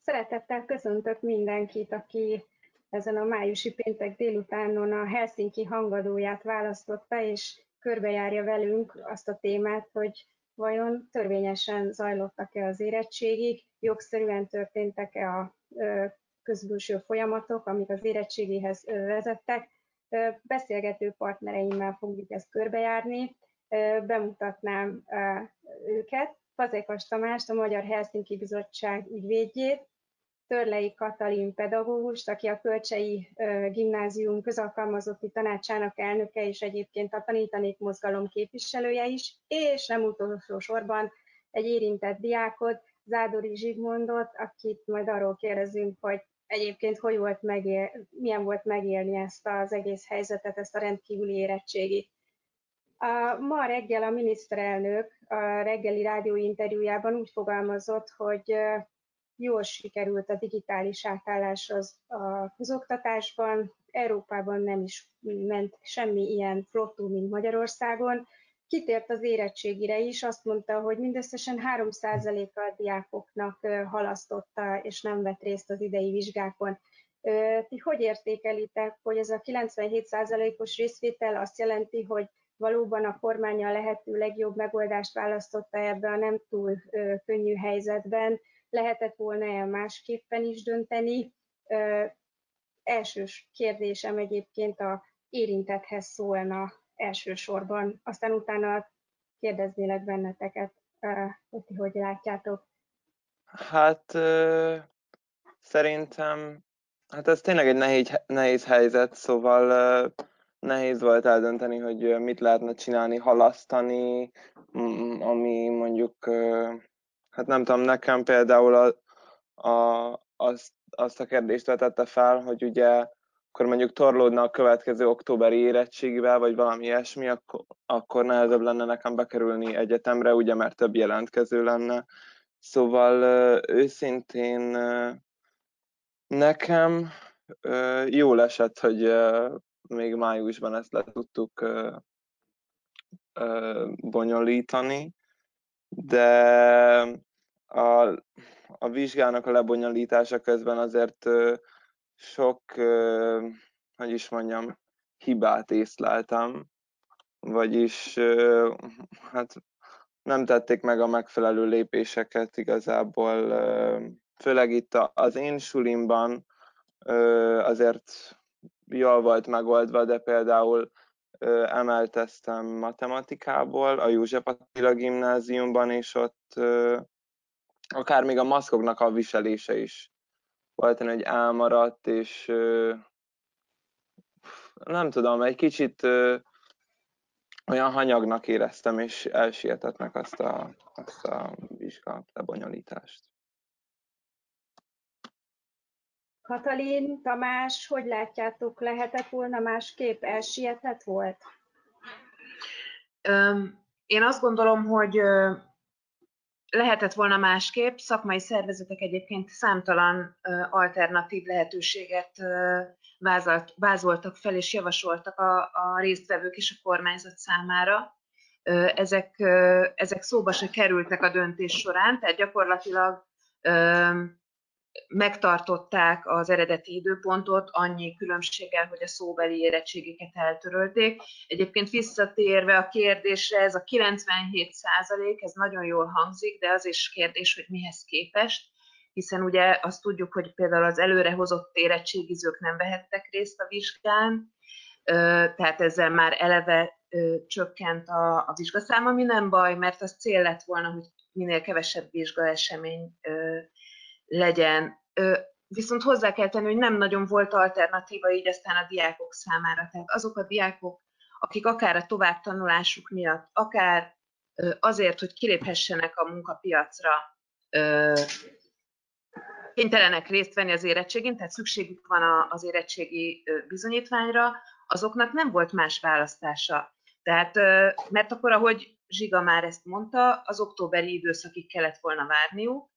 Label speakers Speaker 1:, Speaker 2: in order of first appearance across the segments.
Speaker 1: Szeretettel köszöntök mindenkit, aki ezen a májusi péntek délutánon a Helsinki hangadóját választotta, és körbejárja velünk azt a témát, hogy vajon törvényesen zajlottak-e az érettségik, jogszerűen történtek-e a közbülső folyamatok, amik az érettségéhez vezettek. Beszélgető partnereimmel fogjuk ezt körbejárni. Bemutatnám őket. Fazekas Tamást, a Magyar Helsinki Bizottság ügyvédjét, Törlei Katalin pedagógust, aki a Kölcsei Gimnázium közalkalmazotti tanácsának elnöke, és egyébként a Tanítanék Mozgalom képviselője is, és nem utolsó sorban egy érintett diákot, Zádori Zsigmondot, akit majd arról kérdezünk, hogy egyébként milyen volt megélni ezt az egész helyzetet, ezt a rendkívüli érettségit. Ma reggel a miniszterelnök a reggeli rádióinterjújában úgy fogalmazott, hogy jól sikerült a digitális átállás a közoktatásban, Európában nem is ment semmi ilyen flottul, mint Magyarországon. Kitért az érettségire is, azt mondta, hogy mindösszesen 3%-a a diákoknak halasztotta és nem vett részt az idei vizsgákon. Ti hogy értékelitek, hogy ez a 97%-os részvétel azt jelenti, hogy valóban a kormány a lehető legjobb megoldást választotta ebbe a nem túl könnyű helyzetben? Lehetett volna másképpen is dönteni? Elsős kérdésem egyébként a érintetthez szólna elsősorban, aztán utána kérdeznélek benneteket, hogy látjátok.
Speaker 2: Hát szerintem ez tényleg egy nehéz helyzet, szóval nehéz volt eldönteni, hogy mit lehetne csinálni, halasztani, ami mondjuk, hát nem tudom, nekem például azt a kérdést vetette fel, hogy ugye akkor mondjuk torlódna a következő októberi érettségivel, vagy valami ilyesmi, akkor nehezebb lenne nekem bekerülni egyetemre, ugye, mert több jelentkező lenne. Szóval őszintén nekem jól esett, hogy még májusban ezt le tudtuk bonyolítani, de a vizsgának a lebonyolítása közben azért sok, hogy is mondjam, hibát észleltem, vagyis hát nem tették meg a megfelelő lépéseket igazából, főleg itt az én sulimban azért jól volt megoldva, de például emelteztem matematikából a József Attila gimnáziumban, és ott akár még a maszkoknak a viselése is volt, hogy elmaradt, és nem tudom, egy kicsit olyan hanyagnak éreztem, és elsietetnek azt a vizsga lebonyolítást.
Speaker 1: Katalin, Tamás, hogy látjátok, lehetett volna másképp, elsietett volt?
Speaker 3: Én azt gondolom, hogy lehetett volna másképp. Szakmai szervezetek egyébként számtalan alternatív lehetőséget vázoltak fel és javasoltak a résztvevők és a kormányzat számára. Ezek szóba se kerültek a döntés során, tehát gyakorlatilag megtartották az eredeti időpontot, annyi különbséggel, hogy a szóbeli érettségeket eltörölték. Egyébként visszatérve a kérdésre, ez a 97%, ez nagyon jól hangzik, de az is kérdés, hogy mihez képest, hiszen ugye azt tudjuk, hogy például az előrehozott érettségizők nem vehettek részt a vizsgán, tehát ezzel már eleve csökkent a vizsgaszám, ami nem baj, mert az cél lett volna, hogy minél kevesebb vizsgaesemény legyen. Viszont hozzá kell tenni, hogy nem nagyon volt alternatíva így aztán a diákok számára. Tehát azok a diákok, akik akár a továbbtanulásuk miatt, akár azért, hogy kiléphessenek a munkapiacra, kénytelenek részt venni az érettségén, tehát szükségük van az érettségi bizonyítványra, azoknak nem volt más választása. Tehát, mert akkor, ahogy Zsiga már ezt mondta, az októberi időszakig kellett volna várniuk,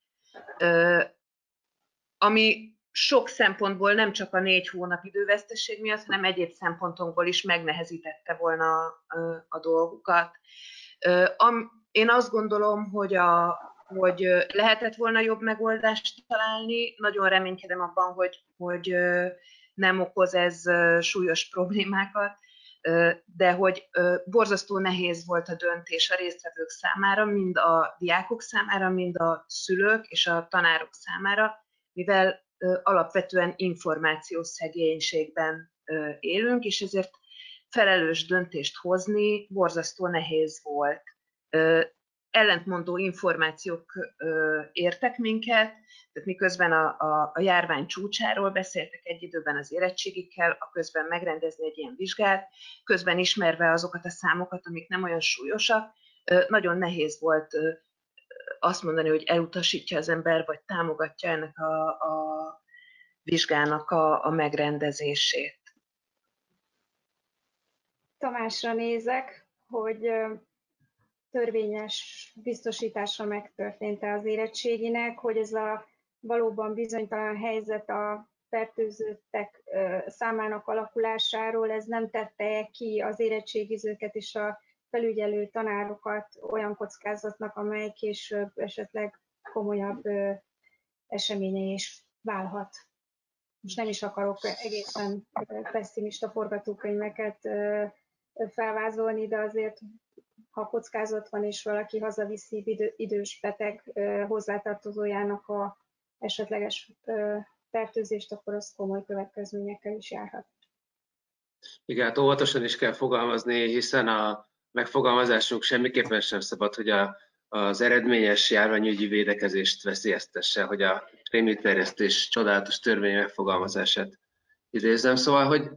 Speaker 3: ami sok szempontból nem csak a 4 hónap idővesztesség miatt, hanem egyéb szempontokból is megnehezítette volna a dolgukat. Én azt gondolom, hogy hogy lehetett volna jobb megoldást találni. Nagyon reménykedem abban, hogy nem okoz ez súlyos problémákat, de hogy borzasztó nehéz volt a döntés a résztvevők számára, mind a diákok számára, mind a szülők és a tanárok számára, mivel alapvetően információszegénységben élünk, és ezért felelős döntést hozni borzasztó nehéz volt. Ellentmondó információk értek minket, tehát miközben a járvány csúcsáról beszéltek egy időben az érettségikkel, a közben megrendezni egy ilyen vizsgát, közben ismerve azokat a számokat, amik nem olyan súlyosak, nagyon nehéz volt azt mondani, hogy elutasítja az ember, vagy támogatja ennek a vizsgának a megrendezését.
Speaker 1: Tamásra nézek, hogy törvényes biztosítása megtörtént-e az érettséginek, hogy ez a valóban bizonytalan helyzet a fertőzöttek számának alakulásáról, ez nem tette ki az érettségizőket és a felügyelő tanárokat olyan kockázatnak, amely később esetleg komolyabb eseménye is válhat. Most nem is akarok egészen pesszimista forgatókönyveket felvázolni, de azért, ha kockázat van, és valaki hazaviszi idős beteg hozzátartozójának a esetleges fertőzést, akkor az komoly következményekkel is járhat.
Speaker 4: Igen, hát óvatosan is kell fogalmazni, hiszen a megfogalmazásunk semmiképpen sem szabad, hogy az eredményes járványügyi védekezést veszélyeztesse, hogy a rémliterjesztés csodálatos törvény megfogalmazását idézem. Szóval, hogy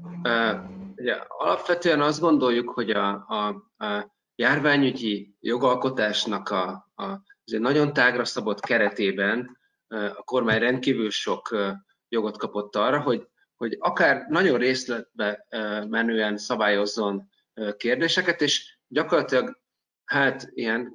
Speaker 4: ugye, alapvetően azt gondoljuk, hogy a járványügyi jogalkotásnak azért nagyon tágra szabott keretében a kormány rendkívül sok jogot kapott arra, hogy akár nagyon részletbe menően szabályozzon kérdéseket, és gyakorlatilag hát ilyen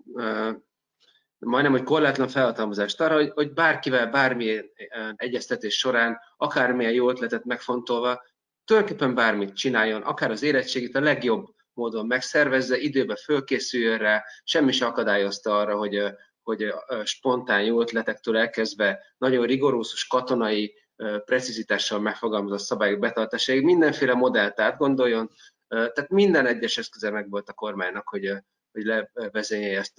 Speaker 4: majdnem, hogy korlátlan felhatalmazást arra, hogy bárkivel, bármilyen egyeztetés során, akármilyen jó ötletet megfontolva, tulajdonképpen bármit csináljon, akár az érettségit a legjobb módon megszervezze, időbe fölkészüljön rá, semmi se akadályozta arra, hogy spontán jó ötletektől elkezdve nagyon rigorózus katonai precizitással megfogalmazott szabályok betartásáig mindenféle modellt átgondoljon, tehát minden egyes eszköze megvolt a kormánynak, hogy levezényelje ezt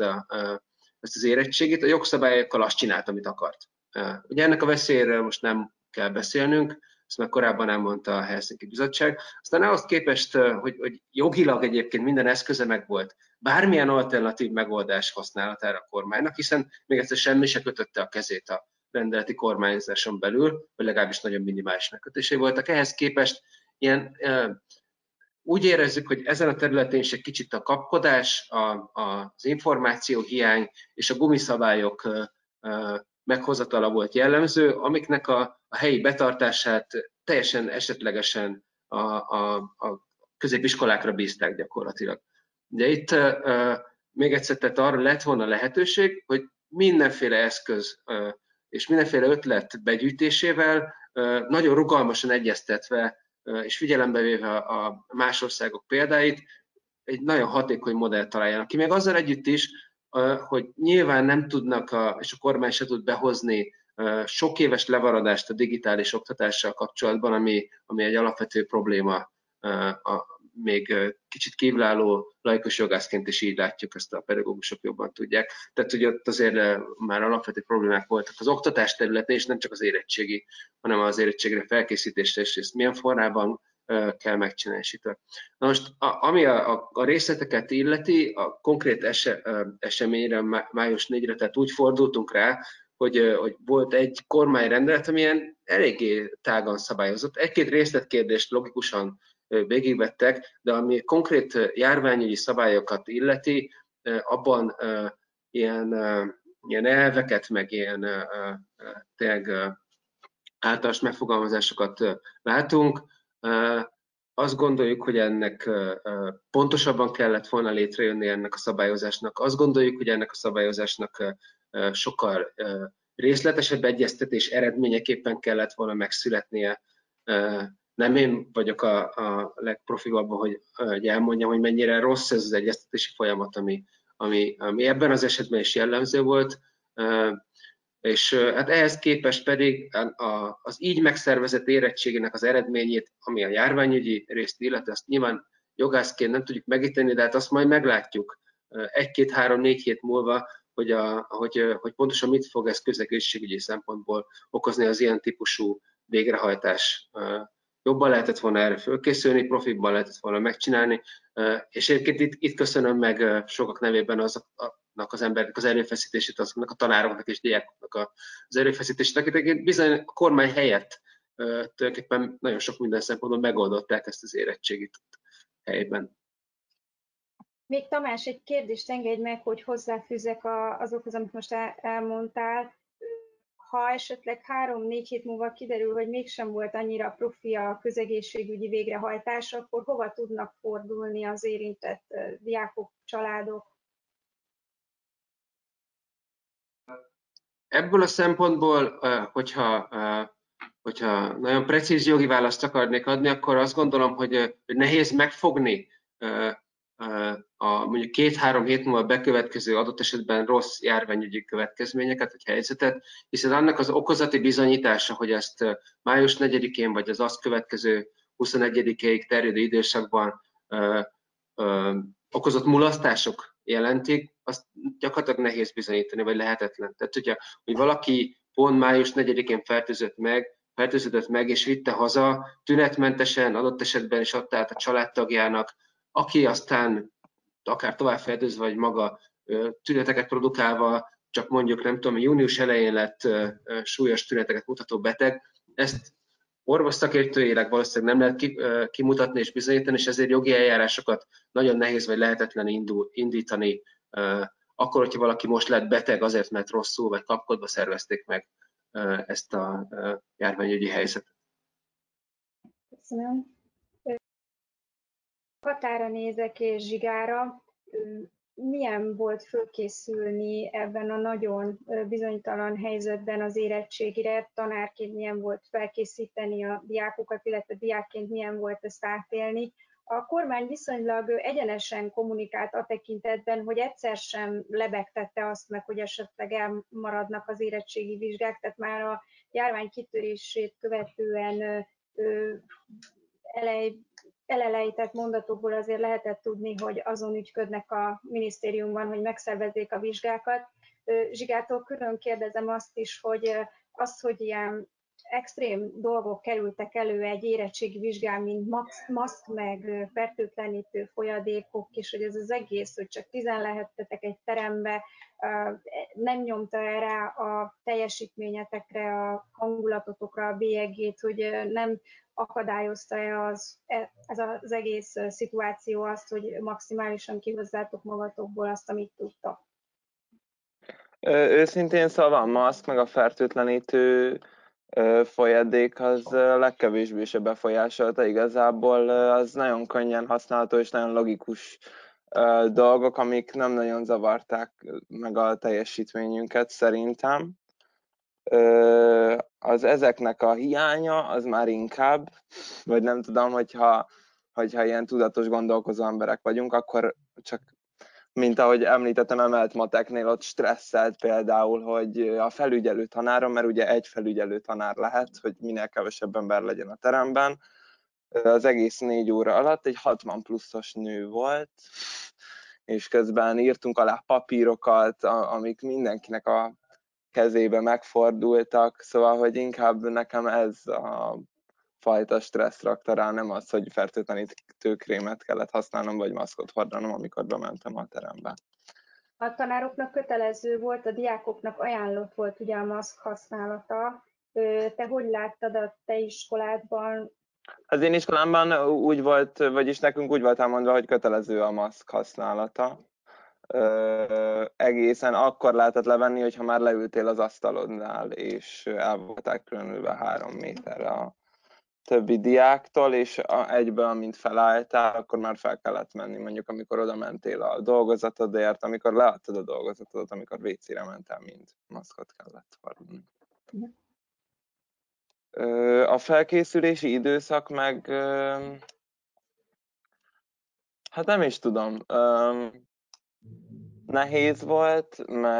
Speaker 4: az érettségét. A jogszabályokkal azt csinált, amit akart. Ugye ennek a veszélyéről most nem kell beszélnünk, ezt már korábban elmondta a Helsinki Bizottság. Aztán ahhoz képest, hogy jogilag egyébként minden eszköze megvolt, bármilyen alternatív megoldás használatára a kormánynak, hiszen még egyszer semmi se kötötte a kezét a rendeleti kormányzáson belül, vagy legalábbis nagyon minimális megkötései voltak. Ehhez képest úgy érezzük, hogy ezen a területén is egy kicsit a kapkodás, az információhiány és a gumiszabályok meghozatala volt jellemző, amiknek a helyi betartását teljesen esetlegesen a középiskolákra bízták gyakorlatilag. De itt még egyszer, tehát arra lett volna lehetőség, hogy mindenféle eszköz és mindenféle ötlet begyűjtésével, nagyon rugalmasan egyeztetve és figyelembe véve a más országok példáit, egy nagyon hatékony modellt találjanak ki. Még azzal együtt is, hogy nyilván nem tudnak, és a kormány se tud behozni sok éves levaradást a digitális oktatással kapcsolatban, ami egy alapvető probléma, még kicsit kívülálló laikus jogászként is így látjuk, ezt a pedagógusok jobban tudják. Tehát, hogy ott azért már alapvető problémák voltak az oktatás területén, és nem csak az érettségi, hanem az érettségre felkészítésre is, ezt milyen formában kell megcsinálni. Na most, ami a részleteket illeti, a konkrét eseményre, május 4-re, tehát úgy fordultunk rá, hogy volt egy kormányrendelet, amilyen eléggé tágan szabályozott. Egy-két részletkérdést logikusan végigvettek, de ami konkrét járványügyi szabályokat illeti, abban ilyen elveket, meg ilyen tényleg általános megfogalmazásokat látunk. Azt gondoljuk, hogy ennek pontosabban kellett volna létrejönni ennek a szabályozásnak. Azt gondoljuk, hogy ennek a szabályozásnak sokkal részletesebb egyeztetés eredményeképpen kellett volna megszületnie. Nem én vagyok a legprofibb abban, hogy elmondjam, hogy mennyire rossz ez az egyeztetési folyamat, ami ebben az esetben is jellemző volt. És hát ehhez képest pedig az így megszervezett érettségének az eredményét, ami a járványügyi részt illeti, azt nyilván jogászként nem tudjuk megítélni, de hát azt majd meglátjuk 1-2-3-4 hét múlva, hogy pontosan mit fog ez közegészségügyi szempontból okozni az ilyen típusú végrehajtás. Jobban lehetett volna erre fölkészülni, profibban lehetett volna megcsinálni, és egyébként itt köszönöm meg sokak nevében az embernek az erőfeszítését, azoknak a tanároknak és diákoknak az erőfeszítését, akik bizony a kormány helyett tulajdonképpen nagyon sok minden szempontból megoldották ezt az érettségit helyben.
Speaker 1: Még Tamás, egy kérdést engedj meg, hogy hozzáfűzek azokhoz, amit most elmondtál. Ha esetleg 3-4 hét múlva kiderül, hogy mégsem volt annyira profi a közegészségügyi végrehajtás, akkor hova tudnak fordulni az érintett diákok, családok?
Speaker 4: Ebből a szempontból, hogyha nagyon precíz jogi választ akarnék adni, akkor azt gondolom, hogy nehéz megfogni mondjuk 2-3 hét múlva bekövetkező adott esetben rossz járványügyi következményeket, vagy helyzetet, hiszen annak az okozati bizonyítása, hogy ezt május 4-én vagy az azt következő 21-ig terjedő időszakban okozott mulasztások jelentik, azt gyakorlatilag nehéz bizonyítani, vagy lehetetlen. Tehát, hogy valaki pont május 4-én fertőződött meg, és vitte haza, tünetmentesen, adott esetben is adta át a családtagjának, aki aztán akár tovább fertőzve, vagy maga tüneteket produkálva, csak mondjuk nem tudom, június elején lett súlyos tüneteket mutató beteg, ezt orvosszakértőileg valószínűleg nem lehet kimutatni és bizonyítani, és ezért jogi eljárásokat nagyon nehéz vagy lehetetlen indítani, akkor, hogyha valaki most lett beteg azért, mert rosszul vagy kapkodva szervezték meg ezt a járványügyi helyzetet.
Speaker 1: Köszönöm. Határa nézek és Zsigára. Milyen volt fölkészülni ebben a nagyon bizonytalan helyzetben az érettségire? Tanárként milyen volt felkészíteni a diákokat, illetve diákként milyen volt ezt átélni? A kormány viszonylag egyenesen kommunikált a tekintetben, hogy egyszer sem lebegtette azt meg, hogy esetleg elmaradnak az érettségi vizsgák, tehát már a járvány kitörését követően elelejtett mondatokból azért lehetett tudni, hogy azon ügyködnek a minisztériumban, hogy megszervezzék a vizsgákat. Zsigától külön kérdezem azt is, hogy ilyen extrém dolgok kerültek elő egy érettségi vizsgán, mint maszk meg fertőtlenítő folyadékok, és hogy ez az egész, hogy csak 10 lehettetek egy terembe, nem nyomta rá a teljesítményetekre, a hangulatotokra a bélyegét, hogy nem akadályozta ez az egész szituáció azt, hogy maximálisan kihozzátok magatokból azt, amit tudtak?
Speaker 2: Őszintén szóval a maszk meg a fertőtlenítő folyadék az legkevésbé se befolyásolta igazából, az nagyon könnyen használható és nagyon logikus dolgok, amik nem nagyon zavarták meg a teljesítményünket szerintem. Az ezeknek a hiánya az már inkább, vagy nem tudom, hogyha ilyen tudatos gondolkozó emberek vagyunk, akkor csak, mint ahogy említettem, emelt mateknél ott stresszelt például, hogy a felügyelő tanárom, mert ugye egy felügyelő tanár lehet, hogy minél kevesebb ember legyen a teremben, az egész 4 óra alatt egy 60 pluszos nő volt, és közben írtunk alá papírokat, amik mindenkinek a kezébe megfordultak, szóval, hogy inkább nekem ez a fajta stressz rakta rá, nem az, hogy fertőtlenítőkrémet kellett használnom, vagy maszkot hordanom, amikor bementem a terembe.
Speaker 1: A tanároknak kötelező volt, a diákoknak ajánlott volt ugye a maszk használata. Te hogy láttad a te iskoládban?
Speaker 2: Az én iskolámban úgy volt, vagyis nekünk úgy volt elmondva, hogy kötelező a maszk használata. Egészen akkor lehetett levenni, hogyha már leültél az asztalodnál, és el voltál különülve 3 méterre a többi diáktól, és egyből, amint felálltál, akkor már fel kellett menni, mondjuk amikor oda mentél a dolgozatodért, amikor leadtad a dolgozatodat, amikor WC-re mentél, mind maszkot kellett hordani. A felkészülési időszak meg, hát nem is tudom, nehéz volt,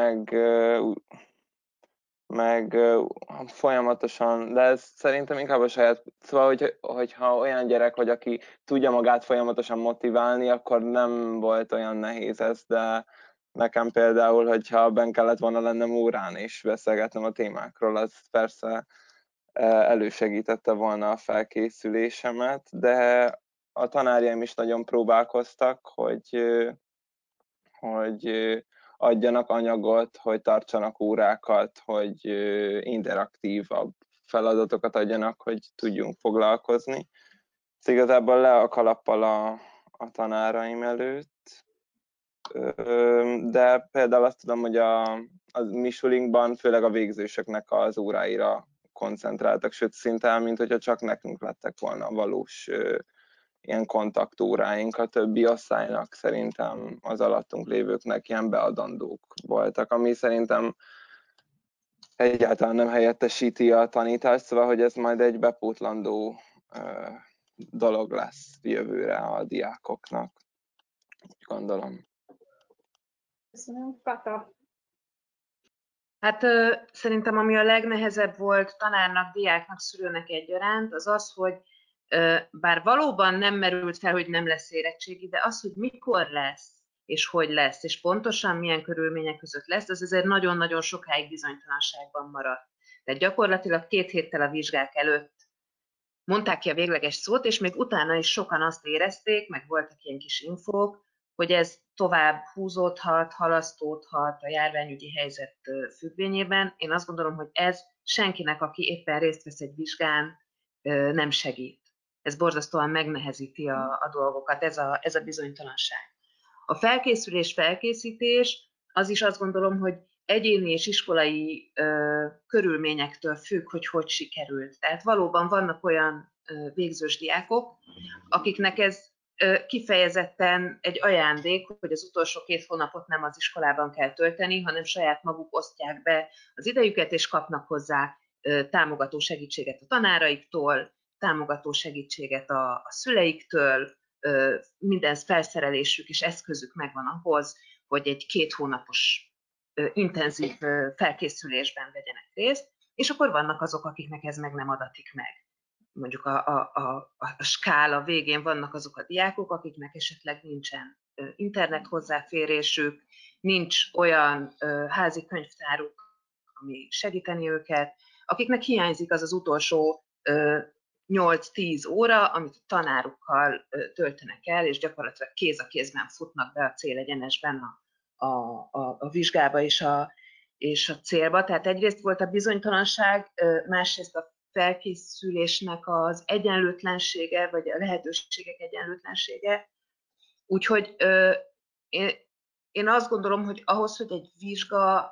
Speaker 2: meg folyamatosan, de ez szerintem inkább a saját, szóval, hogyha olyan gyerek vagy, aki tudja magát folyamatosan motiválni, akkor nem volt olyan nehéz ez, de nekem például, hogyha benn kellett volna lennem órán és beszélgetnem a témákról, az persze elősegítette volna a felkészülésemet, de a tanárjaim is nagyon próbálkoztak, hogy adjanak anyagot, hogy tartsanak órákat, hogy interaktívabb feladatokat adjanak, hogy tudjunk foglalkozni. Ez igazából le a kalappal a tanáraim előtt, de például azt tudom, hogy a mi sulinkban főleg a végzősöknek az óráira koncentráltak, sőt szinte, mint hogyha csak nekünk lettek volna valós ilyen kontaktóráink, a többi osztálynak szerintem az alattunk lévőknek ilyen beadandók voltak, ami szerintem egyáltalán nem helyettesíti a tanítást, szóval hogy ez majd egy bepótlandó dolog lesz jövőre a diákoknak, úgy gondolom.
Speaker 1: Köszönöm. Kata.
Speaker 3: Hát szerintem ami a legnehezebb volt tanárnak, diáknak, szülőnek egyaránt, az az, hogy bár valóban nem merült fel, hogy nem lesz érettségi, de az, hogy mikor lesz, és hogy lesz, és pontosan milyen körülmények között lesz, az azért nagyon-nagyon sokáig bizonytalanságban maradt. Tehát gyakorlatilag 2 héttel a vizsgák előtt mondták ki a végleges szót, és még utána is sokan azt érezték, meg voltak ilyen kis infók, hogy ez tovább húzódhat, halasztódhat a járványügyi helyzet függvényében. Én azt gondolom, hogy ez senkinek, aki éppen részt vesz egy vizsgán, nem segít. Ez borzasztóan megnehezíti a dolgokat, ez a bizonytalanság. A felkészítés, az is azt gondolom, hogy egyéni és iskolai körülményektől függ, hogy sikerült. Tehát valóban vannak olyan végzős diákok, akiknek ez kifejezetten egy ajándék, hogy az utolsó 2 hónapot nem az iskolában kell tölteni, hanem saját maguk osztják be az idejüket, és kapnak hozzá támogató segítséget a tanáraiktól, támogató segítséget a szüleiktől, minden felszerelésük és eszközük megvan ahhoz, hogy egy 2 hónapos intenzív felkészülésben vegyenek részt, és akkor vannak azok, akiknek ez meg nem adatik meg. Mondjuk a skála végén vannak azok a diákok, akiknek esetleg nincsen internet hozzáférésük, nincs olyan házi könyvtáruk, ami segíteni őket, akiknek hiányzik az utolsó 8-10 óra, amit a tanárukkal töltenek el, és gyakorlatilag kéz a kézben futnak be a célegyenesben a vizsgába és a célba. Tehát egyrészt volt a bizonytalanság, másrészt a felkészülésnek az egyenlőtlensége, vagy a lehetőségek egyenlőtlensége. Úgyhogy én azt gondolom, hogy ahhoz, hogy egy vizsga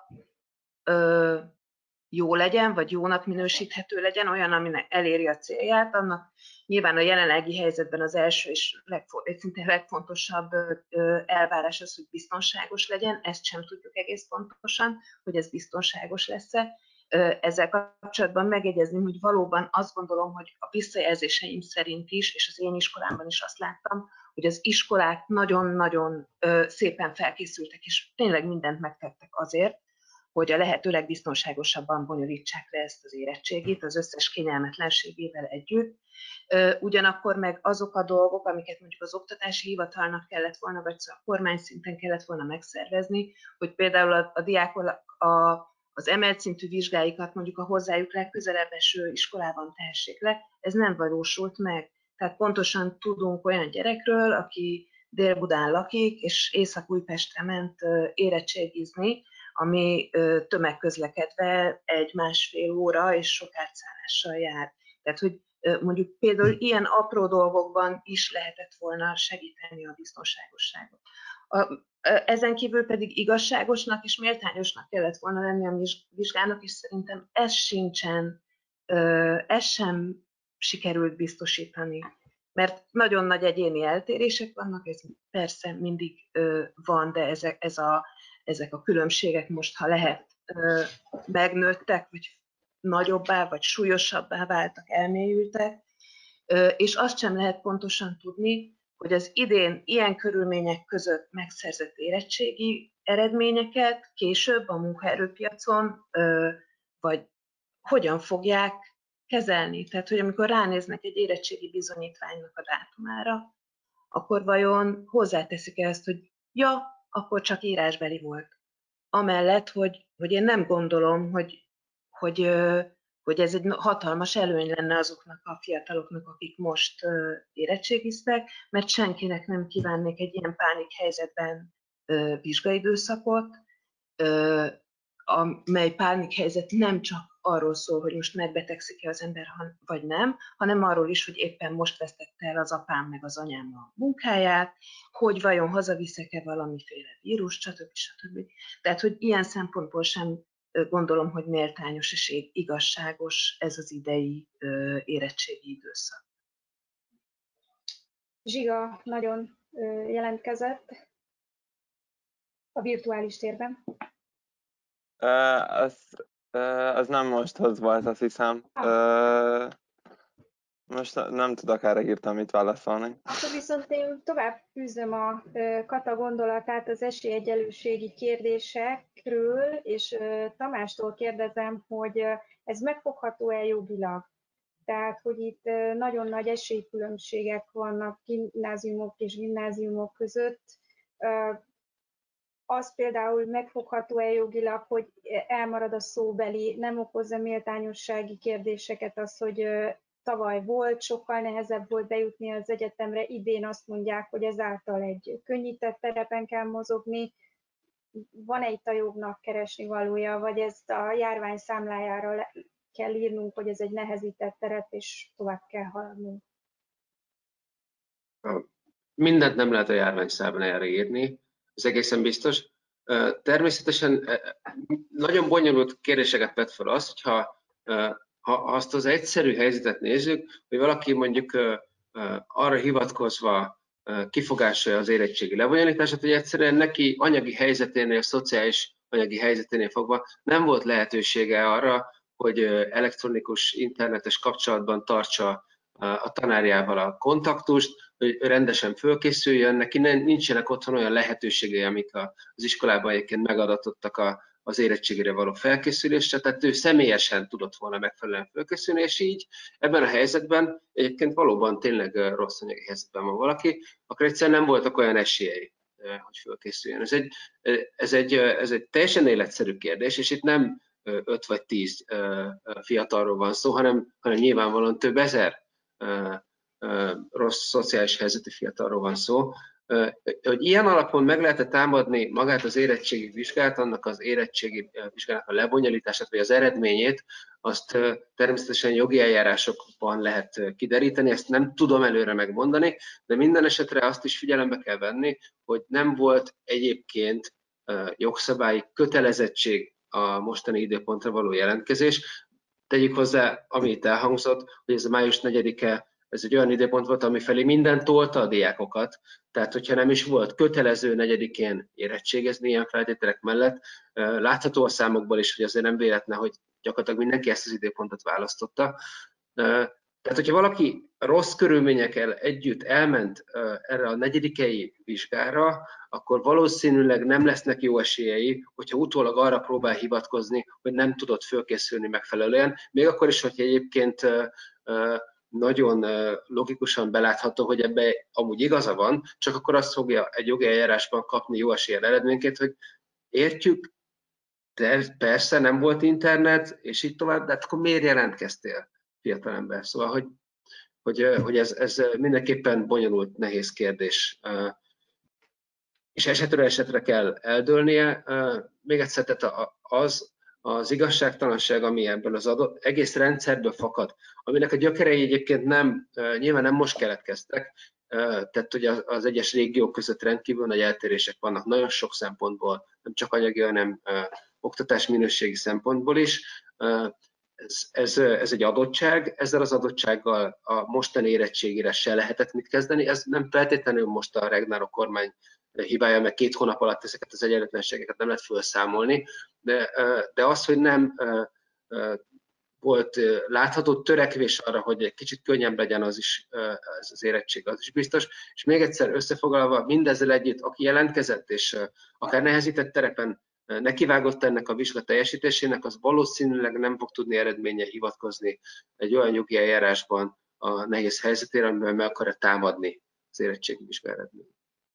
Speaker 3: jó legyen, vagy jónak minősíthető legyen, olyan, aminek eléri a célját, annak nyilván a jelenlegi helyzetben az első és szinte legfontosabb elvárás az, hogy biztonságos legyen, ezt sem tudjuk egész pontosan, hogy ez biztonságos lesz-e. Ezzel kapcsolatban megegyezni, hogy valóban azt gondolom, hogy a visszajelzéseim szerint is, és az én iskolámban is azt láttam, hogy az iskolák nagyon-nagyon szépen felkészültek, és tényleg mindent megtettek azért, hogy a lehető legbiztonságosabban bonyolítsák le ezt az érettségit, az összes kényelmetlenségével együtt. Ugyanakkor meg azok a dolgok, amiket mondjuk az oktatási hivatalnak kellett volna, vagy a kormány szinten kellett volna megszervezni, hogy például a diákok az emelt szintű vizsgáikat mondjuk a hozzájuk legközelebb eső iskolában tehessék le, ez nem valósult meg. Tehát pontosan tudunk olyan gyerekről, aki Dél-Budán lakik, és Észak-Újpestre ment érettségizni, ami tömegközlekedve 1-1,5 óra és sok átszállással jár. Tehát, hogy mondjuk például ilyen apró dolgokban is lehetett volna segíteni a biztonságosságot. Ezen kívül pedig igazságosnak és méltányosnak kellett volna lenni a vizsgának, és szerintem ez sem sikerült biztosítani. Mert nagyon nagy egyéni eltérések vannak, ez persze mindig van, de ezek a különbségek most, ha lehet, megnőttek, vagy nagyobbá, vagy súlyosabbá váltak, elmélyültek, és azt sem lehet pontosan tudni, hogy az idén ilyen körülmények között megszerzett érettségi eredményeket később a munkaerőpiacon, vagy hogyan fogják kezelni. Tehát, hogy amikor ránéznek egy érettségi bizonyítványnak a dátumára, akkor vajon hozzáteszik-e ezt, hogy ja, akkor csak írásbeli volt. Amellett, hogy én nem gondolom, hogy ez egy hatalmas előny lenne azoknak a fiataloknak, akik most érettségiztek, mert senkinek nem kívánnék egy ilyen pánikhelyzetben vizsgaidőszakot, amely pánikhelyzet nem csak arról szól, hogy most megbetegszik-e az ember, vagy nem, hanem arról is, hogy éppen most vesztette el az apám meg az anyám a munkáját, hogy vajon hazaviszek-e valamiféle vírus, stb. Tehát, hogy ilyen szempontból sem gondolom, hogy méltányos és igazságos ez az idei érettségi időszak.
Speaker 1: Zsiga nagyon jelentkezett a virtuális térben.
Speaker 2: Az nem mosthoz volt, azt hiszem. Most nem tudok erre hirtelen mit válaszolni.
Speaker 1: Akkor viszont én tovább fűzöm a Kata gondolatát az esélyegyenlőségi kérdésekről, és Tamástól kérdezem, hogy ez megfogható-e jogilag? Tehát, hogy itt nagyon nagy esélykülönbségek vannak gimnáziumok és gimnáziumok között. Az például megfogható-e jogilag, hogy elmarad a szóbeli, nem okozza méltányossági kérdéseket az, hogy tavaly volt, sokkal nehezebb volt bejutni az egyetemre, idén azt mondják, hogy ezáltal egy könnyített terepen kell mozogni. Van-e itt a jognak keresni valója, vagy ezt a járvány számlájára kell írnunk, hogy ez egy nehezített terep, és tovább kell haladnunk?
Speaker 4: Mindent nem lehet a járvány számlájára írni, ez egészen biztos. Természetesen nagyon bonyolult kérdéseket vet fel az, hogyha azt az egyszerű helyzetet nézzük, hogy valaki mondjuk arra hivatkozva kifogásolja az érettségi lebonyolítását, hogy egyszerűen neki anyagi helyzeténél, szociális anyagi helyzeténél fogva nem volt lehetősége arra, hogy elektronikus, internetes kapcsolatban tartsa a tanárjával a kontaktust, hogy rendesen fölkészüljön, neki nincsenek otthon olyan lehetőségei, amik az iskolában egyébként megadatottak az érettségére való felkészülésre, tehát ő személyesen tudott volna megfelelően fölkészülni, és így ebben a helyzetben egyébként valóban tényleg rossz anyagi helyzetben van valaki, akkor egyszerűen nem voltak olyan esélyei, hogy fölkészüljön. Ez egy teljesen életszerű kérdés, és itt nem 5 vagy 10 fiatalról van szó, hanem nyilvánvalóan több ezer rossz szociális helyzetű fiatalról van szó. Hogy ilyen alapon meg lehet támadni magát az érettségi vizsgát, annak az érettségi vizsgának a lebonyolítását, vagy az eredményét, azt természetesen jogi eljárásokban lehet kideríteni, ezt nem tudom előre megmondani, de minden esetre azt is figyelembe kell venni, hogy nem volt egyébként jogszabályi kötelezettség a mostani időpontra való jelentkezés. Tegyük hozzá, ami itt elhangzott, hogy ez a május 4-e, ez egy olyan időpont volt, ami felé minden tolta a diákokat, tehát hogyha nem is volt kötelező 4-én érettségezni ilyen feltételek mellett, látható a számokból is, hogy azért nem véletlen, hogy gyakorlatilag mindenki ezt az időpontot választotta. Tehát, hogyha valaki rossz körülményekkel együtt elment erre a 4-i vizsgára, akkor valószínűleg nem lesznek jó esélyei, hogyha utólag arra próbál hivatkozni, hogy nem tudott fölkészülni megfelelően, még akkor is, hogy egyébként nagyon logikusan belátható, hogy ebben amúgy igaza van, csak akkor azt fogja egy jogi eljárásban kapni jó eséllyel eredményként, hogy értjük, de persze nem volt internet, és így tovább, de hát akkor miért jelentkeztél, fiatalember? Szóval, hogy ez mindenképpen bonyolult, nehéz kérdés, és esetről esetre kell eldőlnie. Még egyszer, tehát az igazságtalanság, ami ebből az egész rendszerből fakad, aminek a gyökerei egyébként nyilván nem most keletkeztek, tehát hogy az egyes régiók között rendkívül nagy eltérések vannak nagyon sok szempontból, nem csak anyagi, hanem oktatás minőségi szempontból is. Ez egy adottság, ezzel az adottsággal a mostani érettségére se lehetett mit kezdeni. Ez nem feltétlenül most a Regnárok kormány hibája, meg 2 hónap alatt ezeket az egyenlőtlenségeket nem lehet felszámolni, de az, hogy nem volt látható törekvés arra, hogy egy kicsit könnyebb legyen ez az érettség, az is biztos. És még egyszer összefoglalva, mindezzel együtt, aki jelentkezett, és akár nehezített terepen nekivágott ennek a vizsga teljesítésének, az valószínűleg nem fog tudni eredménye hivatkozni egy olyan jogi eljárásban a nehéz helyzetére, amivel meg akarja támadni az érettségi vizsga eredményt.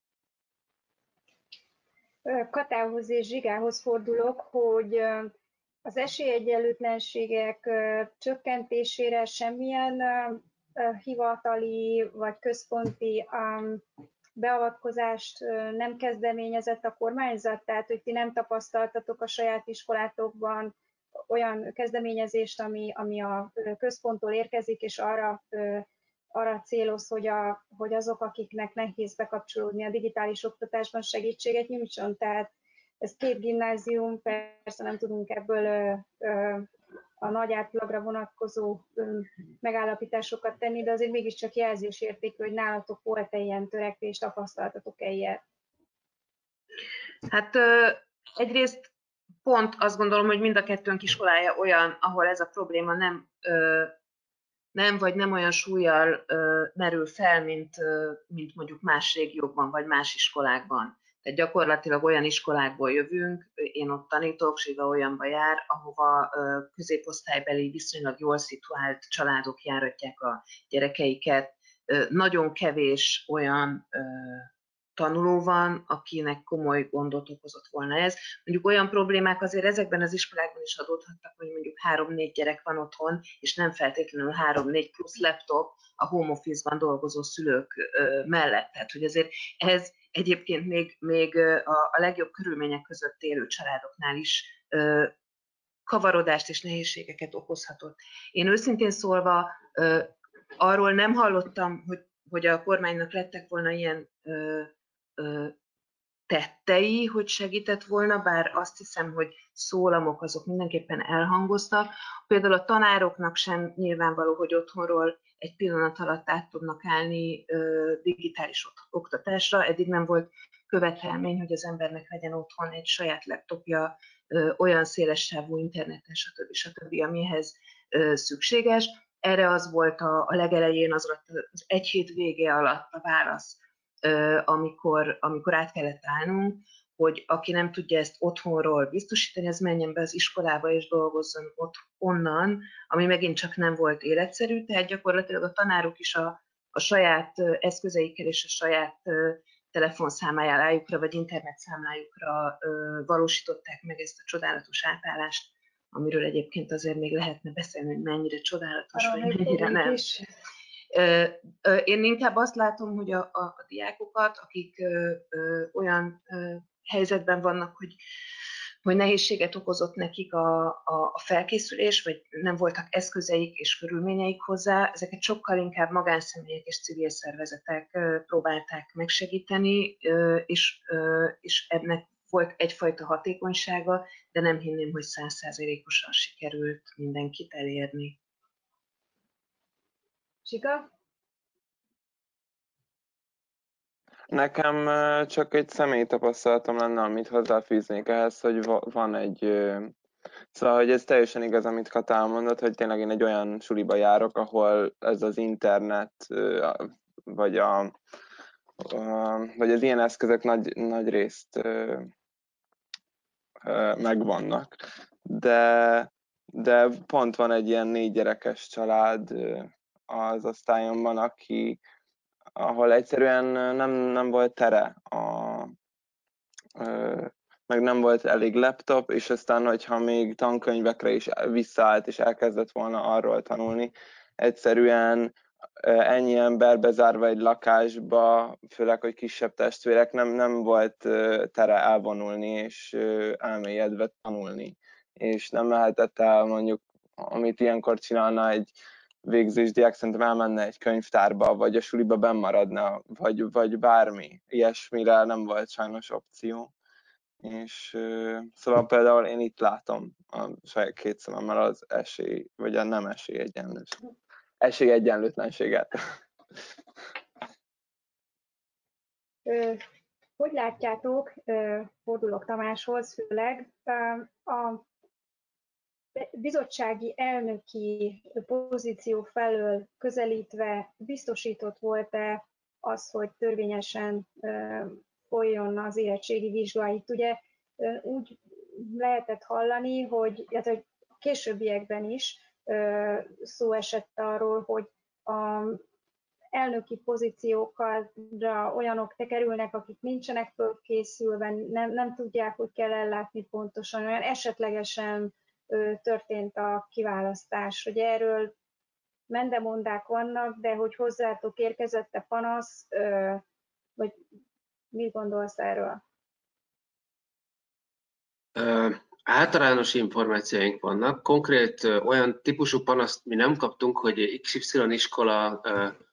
Speaker 1: Katához és Zsigához fordulok, hogy az esélyegyenlőtlenségek csökkentésére semmilyen hivatali vagy központi beavatkozást nem kezdeményezett a kormányzat, tehát hogy ti nem tapasztaltatok a saját iskolátokban olyan kezdeményezést, ami a központtól érkezik, és arra céloz, hogy azok, akiknek nehéz bekapcsolódni a digitális oktatásban, segítséget nyújtson. Tehát ez 2 gimnázium, persze nem tudunk ebből a nagy átlagra vonatkozó megállapításokat tenni, de azért mégiscsak jelzésértékű, hogy nálatok volt-e ilyen törekvés, tapasztaltatok-e ilyet?
Speaker 3: Hát egyrészt pont azt gondolom, hogy mind a kettőnk iskolája olyan, ahol ez a probléma nem olyan súllyal merül fel, mint mondjuk más régiókban, vagy más iskolákban. Tehát gyakorlatilag olyan iskolákból jövünk, én ott tanítok, Zsiga olyanba jár, ahova középosztálybeli, viszonylag jól szituált családok járatják a gyerekeiket. Nagyon kevés olyan tanuló van, akinek komoly gondot okozott volna ez. Mondjuk olyan problémák azért ezekben az iskolákban is adódhattak, hogy mondjuk 3-4 gyerek van otthon, és nem feltétlenül 3-4 plusz laptop a home office-ban dolgozó szülők mellett. Tehát, hogy azért ez egyébként még a legjobb körülmények között élő családoknál is kavarodást és nehézségeket okozhatott. Én őszintén szólva arról nem hallottam, hogy a kormánynak lettek volna ilyen tettei, hogy segített volna, bár azt hiszem, hogy szólamok azok mindenképpen elhangoztak. Például a tanároknak sem nyilvánvaló, hogy otthonról egy pillanat alatt át tudnak állni digitális oktatásra. Eddig nem volt követelmény, hogy az embernek legyen otthon egy saját laptopja, olyan szélessávú interneten, stb., amihez szükséges. Erre az volt a legelején, az egy hét vége alatt a válasz, amikor át kellett állnunk, hogy aki nem tudja ezt otthonról biztosítani, az menjen be az iskolába és dolgozzon ott onnan, ami megint csak nem volt életszerű, tehát gyakorlatilag a tanárok is a saját eszközeikkel és a saját telefonszámlájukra vagy internetszámlájukra valósították meg ezt a csodálatos átállást, amiről egyébként azért még lehetne beszélni, hogy mennyire csodálatos, vagy mennyire nem. Én inkább azt látom, hogy a diákokat, akik olyan helyzetben vannak, hogy nehézséget okozott nekik a felkészülés, vagy nem voltak eszközeik és körülményeik hozzá, ezeket sokkal inkább magánszemélyek és civil szervezetek próbálták megsegíteni, és ennek volt egyfajta hatékonysága, de nem hinném, hogy 100%-osan sikerült mindenkit elérni.
Speaker 1: Zsiga?
Speaker 2: Nekem csak egy személyi tapasztalatom lenne, amit hozzáfűznék ehhez, hogy van egy... Szóval, hogy ez teljesen igaz, amit Kata elmondott, hogy tényleg én egy olyan suliba járok, ahol ez az internet, vagy az ilyen eszközök nagy részt megvannak. De pont van egy ilyen 4 gyerekes család az osztályomban, ahol egyszerűen nem volt tere, meg nem volt elég laptop, és aztán, hogyha még tankönyvekre is visszaállt, és elkezdett volna arról tanulni, egyszerűen ennyi ember bezárva egy lakásba, főleg, hogy kisebb testvérek, nem volt tere elvonulni, és elmélyedve tanulni. És nem mehetett el mondjuk, amit ilyenkor csinálna egy végzős diák, szerintem elmenne egy könyvtárba, vagy a suliba bennmaradna, vagy bármi. Ilyesmire nem volt sajnos opció. És szóval például én itt látom a saját 2 szememmel az vagy a nem esélyegyenlőtlenséget.
Speaker 1: Hogy látjátok, fordulok Tamáshoz főleg, bizottsági elnöki pozíció felől közelítve biztosított volt-e az, hogy törvényesen folyjon az érettségi vizsga? Itt ugye úgy lehetett hallani, hogy későbbiekben is szó esett arról, hogy a elnöki pozíciókra olyanok kerülnek, akik nincsenek fölkészülve, nem tudják, hogy kell ellátni pontosan, olyan esetlegesen történt a kiválasztás, hogy erről mendemondák vannak, de hogy hozzátok érkezett-e panasz, vagy mit gondolsz erről?
Speaker 4: Általános információink vannak. Konkrét olyan típusú panaszt mi nem kaptunk, hogy XY iskola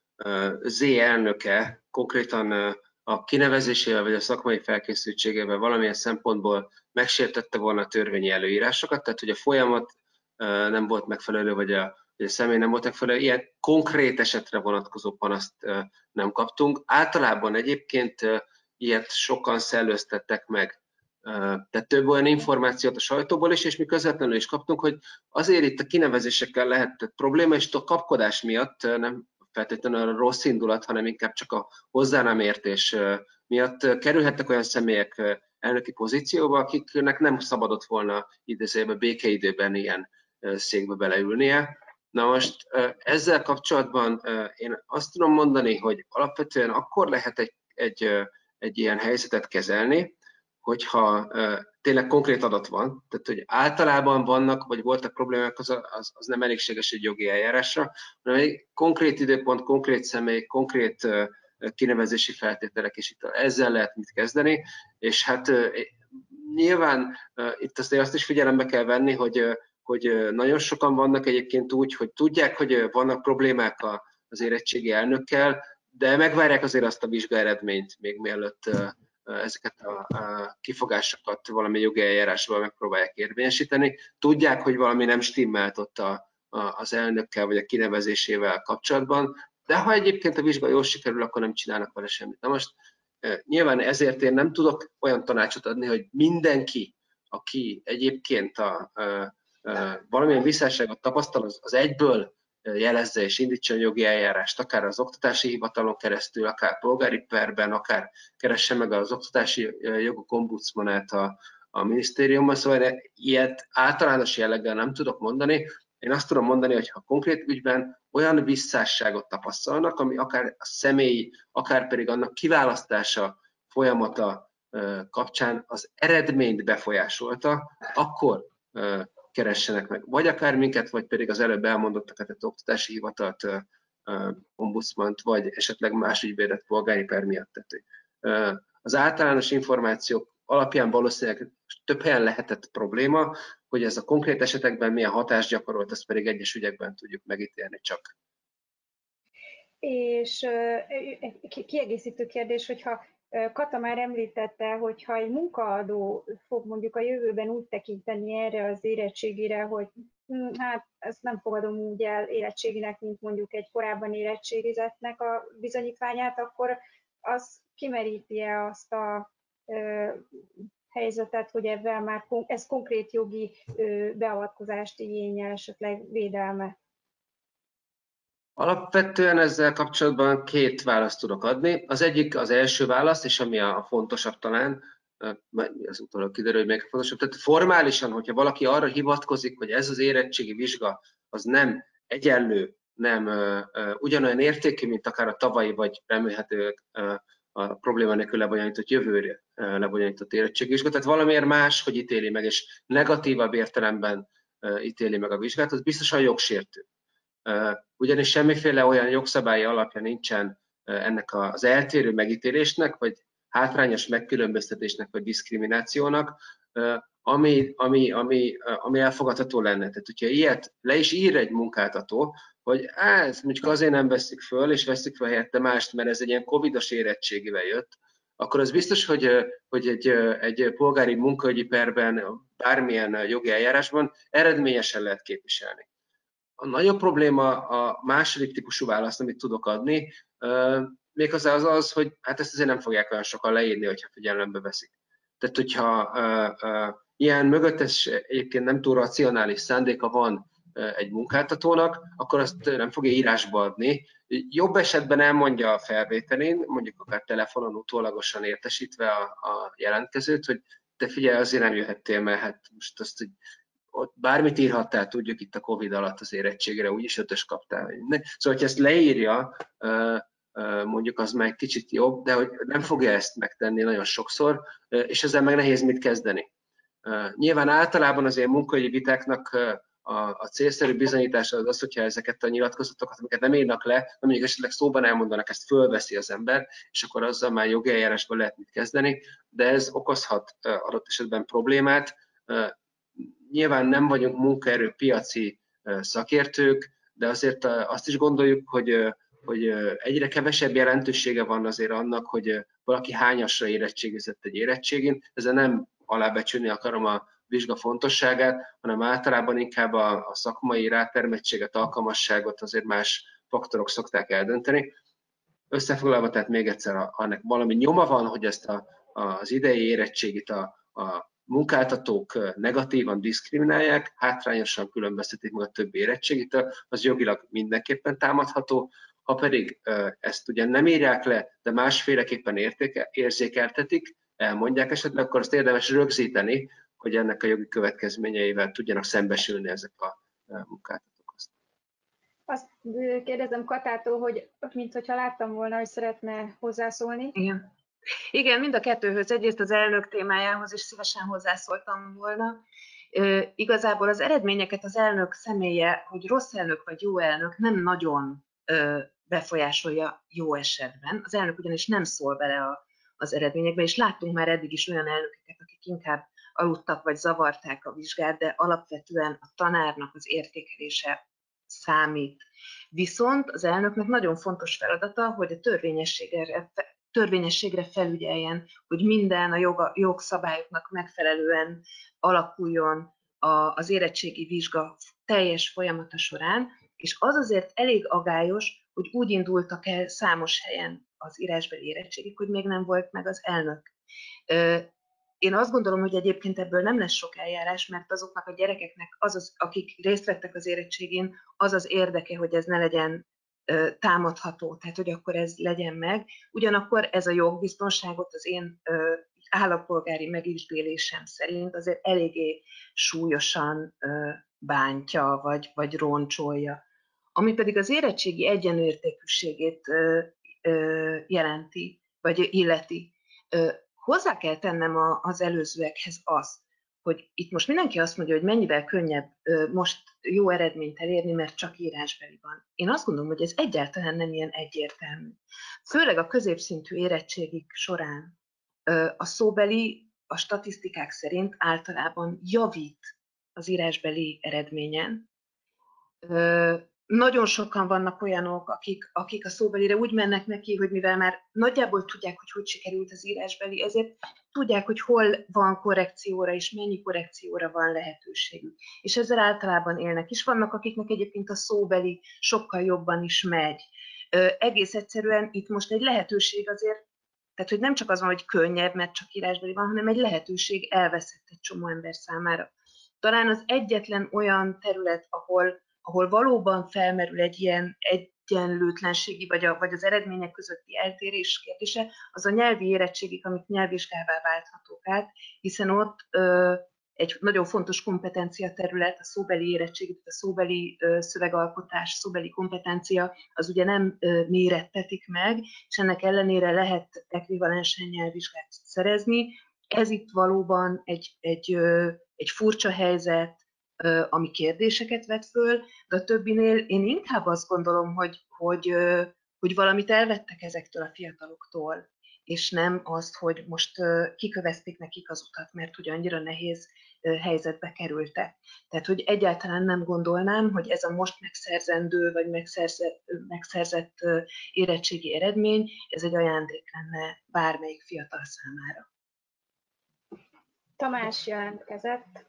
Speaker 4: Z elnöke konkrétan a kinevezésével vagy a szakmai felkészültségével valamilyen szempontból megsértette volna a törvényi előírásokat, tehát hogy a folyamat nem volt megfelelő, vagy a személy nem volt megfelelő. Ilyen konkrét esetre vonatkozó panaszt nem kaptunk. Általában egyébként ilyet sokan szellőztettek meg. Tehát több olyan információt a sajtóból is, és mi közvetlenül is kaptunk, hogy azért itt a kinevezésekkel lehetett probléma, és a kapkodás miatt nem feltétlenül a rossz indulat, hanem inkább csak a hozzá nem értés miatt kerülhettek olyan személyek elnöki pozícióba, akiknek nem szabadott volna idézőjelben békeidőben ilyen székbe beleülnie. Na most ezzel kapcsolatban én azt tudom mondani, hogy alapvetően akkor lehet egy ilyen helyzetet kezelni, hogyha tényleg konkrét adat van, tehát hogy általában vannak, vagy voltak problémák, az nem elégséges egy jogi eljárásra, hanem egy konkrét időpont, konkrét személy, konkrét kinevezési feltételek, és itt ezzel lehet mit kezdeni, és hát nyilván itt azt is figyelembe kell venni, hogy nagyon sokan vannak egyébként úgy, hogy tudják, hogy vannak problémák az érettségi elnökkel, de megvárják azért azt a vizsgaeredményt, még mielőtt ezeket a kifogásokat valami jogi eljárásban megpróbálják érvényesíteni. Tudják, hogy valami nem stimmelt ott az elnökkel vagy a kinevezésével kapcsolatban, de ha egyébként a vizsga jól sikerül, akkor nem csinálnak vele semmit. Na most nyilván ezért én nem tudok olyan tanácsot adni, hogy mindenki, aki egyébként valamilyen visszásságot tapasztal, az egyből jelezze és indítson jogi eljárást, akár az oktatási hivatalon keresztül, akár polgári perben, akár keresse meg az oktatási jogok ombudsmanát a minisztériumban, szóval ilyet általános jelleggel nem tudok mondani. Én azt tudom mondani, hogy ha konkrét ügyben olyan visszásságot tapasztalnak, ami akár a személyi, akár pedig annak kiválasztása folyamata kapcsán az eredményt befolyásolta, akkor keressenek meg, vagy akár minket, vagy pedig az előbb elmondottakat, az oktatási hivatalt, ombudsmant, vagy esetleg más ügyvédet polgári per miatt. Tehát, az általános információk alapján valószínűleg több helyen lehetett probléma, hogy ez a konkrét esetekben milyen hatást gyakorolt, ezt pedig egyes ügyekben tudjuk megítélni csak.
Speaker 1: És kiegészítő kérdés, hogyha Kata már említette, hogyha egy munkaadó fog mondjuk a jövőben úgy tekinteni erre az érettségire, hogy hát ezt nem fogadom úgy el érettséginek, mint mondjuk egy korábban érettségizettnek a bizonyítványát, akkor az kimeríti-e azt a helyzetet, hogy ebben már ez konkrét jogi beavatkozást igényel, esetleg védelmet?
Speaker 4: Alapvetően ezzel kapcsolatban két választ tudok adni. Az egyik az első válasz, és ami a fontosabb talán, az utólag kiderül, hogy még fontosabb. Tehát formálisan, hogyha valaki arra hivatkozik, hogy ez az érettségi vizsga az nem egyenlő, nem ugyanolyan értékű, mint akár a tavalyi, vagy remélhető a probléma nélkül lebonyolított jövőre lebonyolított érettségi vizsga. Tehát valamiért más, hogy ítéli meg, és negatívabb értelemben ítéli meg a vizsgát, az biztosan jogsértő. Ugyanis semmiféle olyan jogszabályi alapja nincsen ennek az eltérő megítélésnek, vagy hátrányos megkülönböztetésnek, vagy diszkriminációnak, ami elfogadható lenne. Tehát, hogyha ilyet le is ír egy munkáltató, hogy ezt mondjuk azért nem veszik föl, és veszik fel helyette mást, mert ez egy ilyen covidos érettségivel jött, akkor az biztos, hogy egy polgári munkaügyi perben, bármilyen jogi eljárásban eredményesen lehet képviselni. A nagyobb probléma a második típusú választ, amit tudok adni, méghozzá az, hogy hát ezt azért nem fogják olyan sokan leírni, hogyha figyelembe veszik. Tehát, hogyha ilyen mögöttes egyébként nem túl racionális szándéka van egy munkáltatónak, akkor azt nem fogja írásba adni. Jobb esetben elmondja a felvételén, mondjuk akár telefonon utólagosan értesítve a jelentkezőt, hogy te figyelj, azért nem jöhettél, mert hát most azt, hogy ott bármit írhattál, tudjuk itt a Covid alatt az érettségre, úgyis 5-ös kaptál. Szóval, hogyha ezt leírja, mondjuk az már egy kicsit jobb, de hogy nem fogja ezt megtenni nagyon sokszor, és ezzel meg nehéz mit kezdeni. Nyilván általában az ilyen munkaügyi vitáknak a célszerű bizonyítása az, hogyha ezeket a nyilatkozatokat, amiket nem írnak le, mondjuk esetleg szóban elmondanak, ezt fölveszi az ember, és akkor azzal már jogi eljárásban lehet mit kezdeni, de ez okozhat adott esetben problémát. Nyilván nem vagyunk munkaerőpiaci szakértők, de azért azt is gondoljuk, hogy egyre kevesebb jelentősége van azért annak, hogy valaki hányasra érettségizett egy érettségén. Ezzel nem alábecsülni akarom a vizsga fontosságát, hanem általában inkább a szakmai rátermettséget, alkalmasságot azért más faktorok szokták eldönteni. Összefoglalva, tehát még egyszer, annak valami nyoma van, hogy ezt az idei érettségit a munkáltatók negatívan diszkriminálják, hátrányosan különböztetik meg a többi érettségitől, az jogilag mindenképpen támadható. Ha pedig ezt ugye nem írják le, de másféleképpen érzékeltetik, elmondják esetleg, akkor azt érdemes rögzíteni, hogy ennek a jogi következményeivel tudjanak szembesülni ezek a munkáltatók.
Speaker 1: Azt kérdezem Katától, hogy minthogyha láttam volna, hogy szeretne hozzászólni.
Speaker 3: Igen, mind a kettőhöz, egyrészt az elnök témájához is szívesen hozzászóltam volna. Igazából az eredményeket az elnök személye, hogy rossz elnök vagy jó elnök nem nagyon befolyásolja jó esetben. Az elnök ugyanis nem szól bele az eredményekbe, és láttunk már eddig is olyan elnökeket, akik inkább aludtak vagy zavarták a vizsgát, de alapvetően a tanárnak az értékelése számít. Viszont az elnöknek nagyon fontos feladata, hogy a törvényességre felügyeljen, hogy minden a jogszabályoknak megfelelően alakuljon az érettségi vizsga teljes folyamata során, és az azért elég agályos, hogy úgy indultak el számos helyen az írásbeli érettségig, hogy még nem volt meg az elnök. Én azt gondolom, hogy egyébként ebből nem lesz sok eljárás, mert azoknak a gyerekeknek, akik részt vettek az érettségén, az az érdeke, hogy ez ne legyen támadható, tehát hogy akkor ez legyen meg. Ugyanakkor ez a jogbiztonságot az én állampolgári megítélésem szerint azért eléggé súlyosan bántja, vagy roncsolja. Ami pedig az érettségi egyenértékűségét jelenti, vagy illeti. Hozzá kell tennem az előzőekhez azt, hogy itt most mindenki azt mondja, hogy mennyivel könnyebb most jó eredményt elérni, mert csak írásbeli van. Én azt gondolom, hogy ez egyáltalán nem ilyen egyértelmű. Főleg a középszintű érettségik során a szóbeli a statisztikák szerint általában javít az írásbeli eredményen. Nagyon sokan vannak olyanok, akik a szóbelire úgy mennek neki, hogy mivel már nagyjából tudják, hogy sikerült az írásbeli, ezért tudják, hogy hol van korrekcióra és mennyi korrekcióra van lehetőségük. És ezzel általában élnek is. Vannak, akiknek egyébként a szóbeli sokkal jobban is megy. Egész egyszerűen itt most egy lehetőség azért, tehát hogy nem csak az van, hogy könnyebb, mert csak írásbeli van, hanem egy lehetőség elveszett egy csomó ember számára. Talán az egyetlen olyan terület, ahol valóban felmerül egy ilyen egyenlőtlenségi, vagy az eredmények közötti eltérés kérdése, az a nyelvi érettségik, amik nyelvvizsgává válthatók át, hiszen ott egy nagyon fontos kompetencia terület, a szóbeli érettség, a szóbeli szövegalkotás, szóbeli kompetencia, az ugye nem mérettetik meg, és ennek ellenére lehet ekvivalensen nyelvvizsgát szerezni. Ez itt valóban egy furcsa helyzet, ami kérdéseket vet föl, de a többinél én inkább azt gondolom, hogy valamit elvettek ezektől a fiataloktól, és nem azt, hogy most kikövezték nekik az utat, mert hogy annyira nehéz helyzetbe kerültek. Tehát, hogy egyáltalán nem gondolnám, hogy ez a most megszerzendő, vagy megszerzett érettségi eredmény, ez egy ajándék lenne bármelyik fiatal számára.
Speaker 1: Tamás jelentkezett.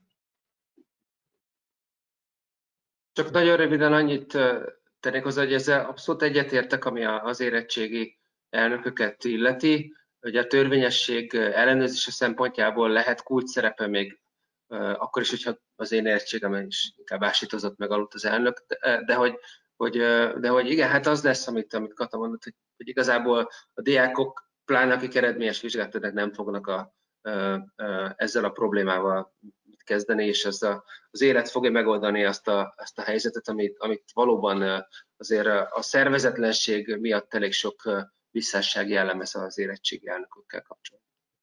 Speaker 4: Csak nagyon röviden annyit tennék hozzá, hogy ezzel abszolút egyetértek, ami az érettségi elnököket illeti, hogy a törvényesség ellenőrzése szempontjából lehet kulcs szerepe még akkor is, hogyha az én érettségem is inkább ásítozott, meg aludt az elnök, de hogy igen, hát az lesz, amit Kata mondott, hogy igazából a diákok, pláne akik eredményes vizsgát adnak, nem fognak ezzel a problémával kezdeni, és az élet fogja megoldani azt a helyzetet, amit valóban azért a szervezetlenség miatt elég sok visszásság jellemez az érettségi elnökökkel kapcsolatban.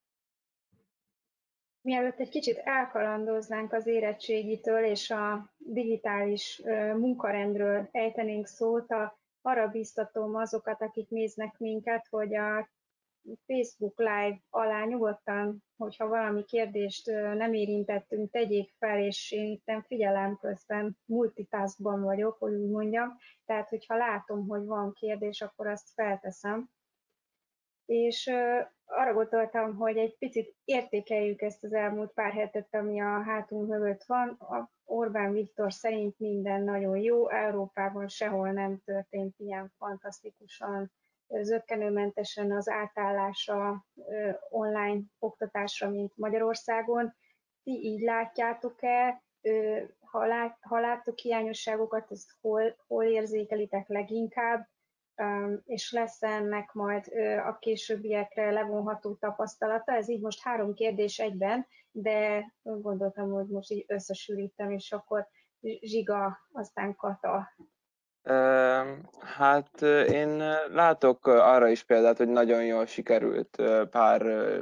Speaker 1: Mielőtt egy kicsit elkalandoznánk az érettségitől és a digitális munkarendről ejtenénk szót, arra biztatom azokat, akik néznek minket, hogy a Facebook Live alá nyugodtan, hogyha valami kérdést nem érintettünk, tegyék fel, és én itt figyelem közben, multitaskban vagyok, hogy úgy mondjam, tehát hogyha látom, hogy van kérdés, akkor azt felteszem. És arra gondoltam, hogy egy picit értékeljük ezt az elmúlt pár hetet, ami a hátunk mögött van. A Orbán Viktor szerint minden nagyon jó, Európában sehol nem történt ilyen fantasztikusan, zökkenőmentesen az átállása online oktatásra, mint Magyarországon. Ti így látjátok-e? Ha láttok hiányosságokat, ezt hol érzékelitek leginkább? És lesz ennek majd a későbbiekre levonható tapasztalata. Ez így most 3 kérdés egyben, de gondoltam, hogy most így összesűrítem, és akkor Zsiga, aztán Kata.
Speaker 2: Hát én látok arra is példát, hogy nagyon jól sikerült pár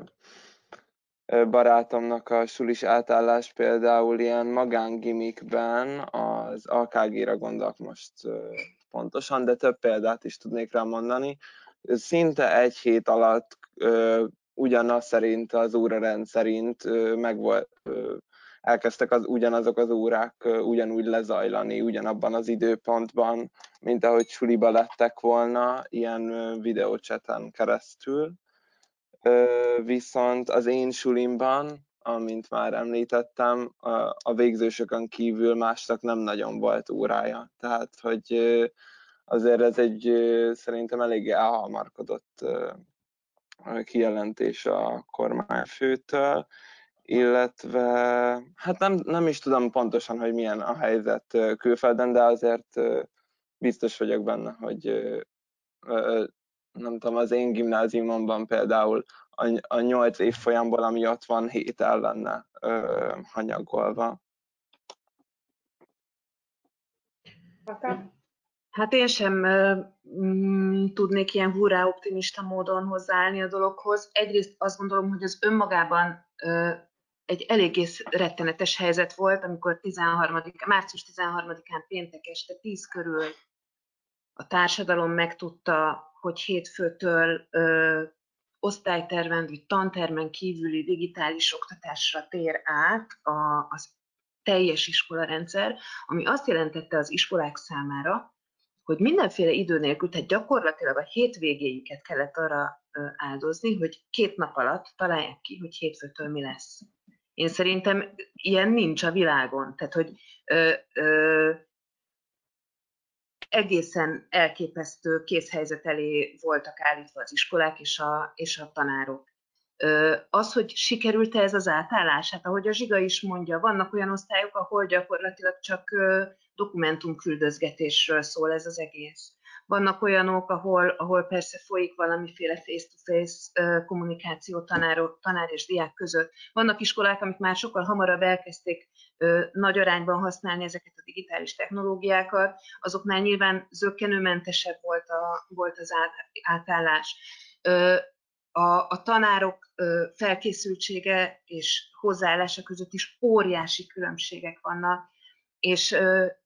Speaker 2: barátomnak a sulis átállás, például ilyen magángimikben, az AKG-ra gondolok most pontosan, de több példát is tudnék rá mondani. Szinte egy hét alatt ugyanaz szerint, az órarend szerint elkezdtek ugyanazok az órák ugyanúgy lezajlani, ugyanabban az időpontban, mint ahogy suliba lettek volna, ilyen videócseten keresztül. Viszont az én sulimban, amint már említettem, a végzősökön kívül másnak nem nagyon volt órája. Tehát, hogy azért ez egy szerintem eléggé elhamarkodott kijelentés a kormányfőtől, illetve hát nem is tudom pontosan, hogy milyen a helyzet külföldön, de azért biztos vagyok benne, hogy nem tudom, az én gimnáziumomban például a 8 évfolyamból, ami ott van, 7 el lenne hanyagolva.
Speaker 3: Hát én sem tudnék ilyen hurrá optimista módon hozzáállni a dologhoz. Egyrészt azt gondolom, hogy az önmagában egy eléggé rettenetes helyzet volt, amikor március 13-án péntek este 10 körül a társadalom megtudta, hogy hétfőtől osztályterven vagy tantermen kívüli digitális oktatásra tér át az teljes iskolarendszer, ami azt jelentette az iskolák számára, hogy mindenféle idő nélkül, tehát gyakorlatilag a hétvégéjüket kellett arra áldozni, hogy 2 nap alatt találják ki, hogy hétfőtől mi lesz. Én szerintem ilyen nincs a világon. Tehát, hogy egészen elképesztő készhelyzet elé voltak állítva az iskolák és a tanárok. Az, hogy sikerült-e ez az átállás? Hát ahogy a Zsiga is mondja, vannak olyan osztályok, ahol gyakorlatilag csak dokumentumküldözgetésről szól ez az egész. Vannak olyanok, ahol persze folyik valamiféle face-to-face kommunikáció tanár és diák között. Vannak iskolák, amik már sokkal hamarabb elkezdték nagy arányban használni ezeket a digitális technológiákat, azoknál nyilván zökkenőmentesebb volt az átállás. A tanárok felkészültsége és hozzáállása között is óriási különbségek vannak, és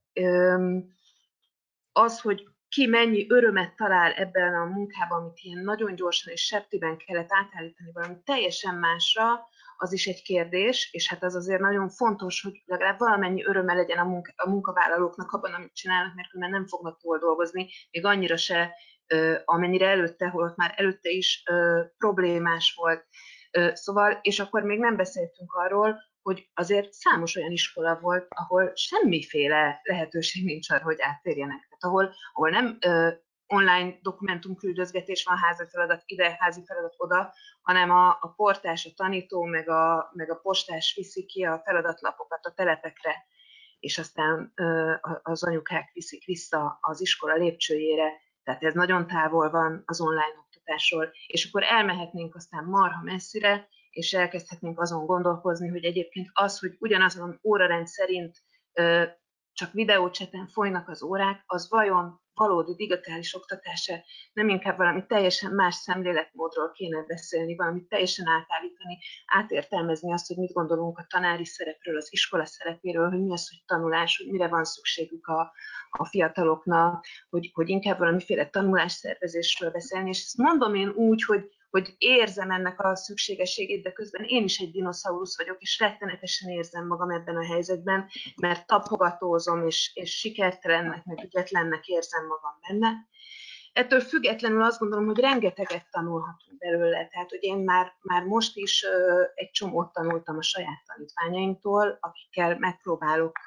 Speaker 3: az, hogy ki mennyi örömet talál ebben a munkában, amit ilyen nagyon gyorsan és septiben kellett átállítani valami teljesen másra, az is egy kérdés, és hát az azért nagyon fontos, hogy legalább valamennyi öröme legyen a munkavállalóknak abban, amit csinálnak, mert különben nem fognak jól dolgozni, még annyira se, amennyire előtte, holott már előtte is problémás volt. Szóval, és akkor még nem beszéltünk arról, hogy azért számos olyan iskola volt, ahol semmiféle lehetőség nincs arra, hogy áttérjenek. Tehát ahol nem online dokumentumküldözgetés van, házi feladat ide, házi feladat oda, hanem a portás, a tanító, meg a postás viszi ki a feladatlapokat a telepekre, és aztán az anyukák viszik vissza az iskola lépcsőjére, tehát ez nagyon távol van az online oktatásról, és akkor elmehetnénk aztán marha messzire, és elkezdhetnénk azon gondolkozni, hogy egyébként az, hogy ugyanazon órarend szerint csak videócseten folynak az órák, az vajon valódi digitális oktatás-e, nem inkább valami teljesen más szemléletmódról kéne beszélni, valamit teljesen átállítani, átértelmezni azt, hogy mit gondolunk a tanári szerepről, az iskola szerepéről, hogy mi az, hogy tanulás, hogy mire van szükségük a fiataloknak, hogy inkább valamiféle tanulásszervezésről beszélni, és ezt mondom én úgy, hogy érzem ennek a szükségességét, de közben én is egy dinoszaurusz vagyok, és rettenetesen érzem magam ebben a helyzetben, mert tapogatózom, és sikertelennek, meg ügyetlennek érzem magam benne. Ettől függetlenül azt gondolom, hogy rengeteget tanulhatunk belőle, tehát hogy én már most is egy csomót tanultam a saját tanítványaimtól, akikkel megpróbálok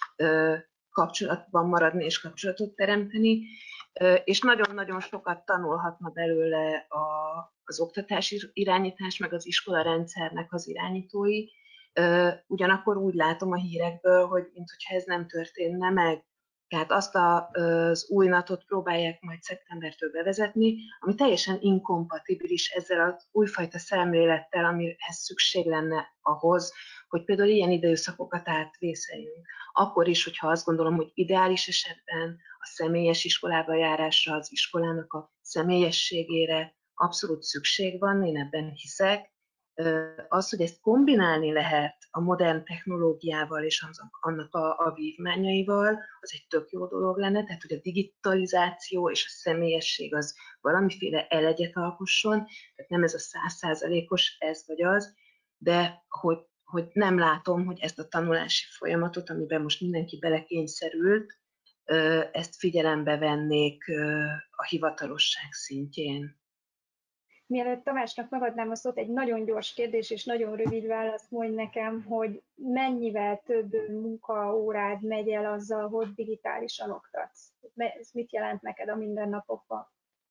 Speaker 3: kapcsolatban maradni és kapcsolatot teremteni, és nagyon-nagyon sokat tanulhatna belőle az oktatási irányítás, meg az iskola rendszernek az irányítói. Ugyanakkor úgy látom a hírekből, hogy minthogyha ez nem történne meg. Tehát azt az új NAT-ot próbálják majd szeptembertől bevezetni, ami teljesen inkompatibilis ezzel az újfajta szemlélettel, amihez szükség lenne ahhoz, hogy például ilyen időszakokat átvészeljünk. Akkor is, hogyha azt gondolom, hogy ideális esetben a személyes iskolába járásra, az iskolának a személyességére abszolút szükség van, én ebben hiszek. Az, hogy ezt kombinálni lehet a modern technológiával és annak a vívmányaival, az egy tök jó dolog lenne, tehát hogy a digitalizáció és a személyesség az valamiféle elegyet alkosson, tehát nem ez a 100%-os ez vagy az, de hogy nem látom, hogy ezt a tanulási folyamatot, amiben most mindenki belekényszerült, ezt figyelembe vennék a hivatalosság szintjén.
Speaker 1: Mielőtt Tamásnak megadnám a szót, egy nagyon gyors kérdés és nagyon rövid válasz mondj nekem, hogy mennyivel több munkaórád megy el azzal, hogy digitálisan oktatsz? Ez mit jelent neked a mindennapokban?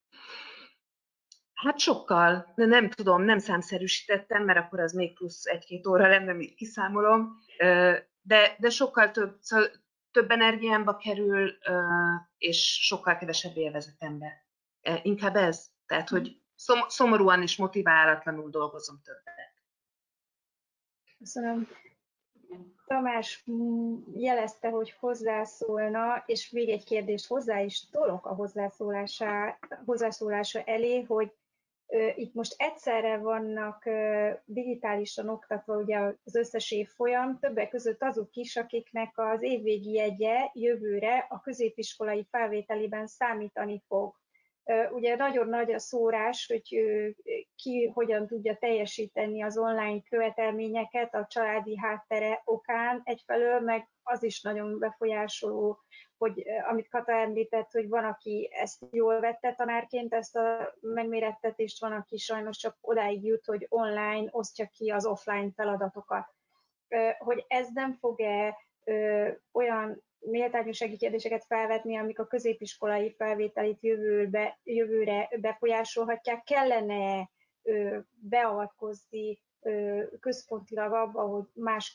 Speaker 3: Hát sokkal, de nem tudom, nem számszerűsítettem, mert akkor az még plusz 1-2 óra lenne, még kiszámolom, de sokkal több energiámba kerül, és sokkal kevesebb élvezetembe. Inkább ez, tehát hogy szomorúan és motiválatlanul dolgozom többet.
Speaker 1: Köszönöm. Tamás jelezte, hogy hozzászólna, és még egy kérdést hozzá is tolok a hozzászólása elé, hogy itt most egyszerre vannak digitálisan oktatva ugye az összes évfolyam, többek között azok is, akiknek az évvégi jegye jövőre a középiskolai felvételiben számítani fog. Ugye nagyon nagy a szórás, hogy ki hogyan tudja teljesíteni az online követelményeket a családi háttere okán egyfelől, meg az is nagyon befolyásoló, hogy amit Kata említett, hogy van, aki ezt jól vette tanárként, ezt a megmérettetést, van, aki sajnos csak odáig jut, hogy online osztja ki az offline feladatokat. Hogy ez nem fog-e olyan méltányossági kérdéseket felvetni, amik a középiskolai felvételit jövőre befolyásolhatják, kellene beavatkozni központilag abba, hogy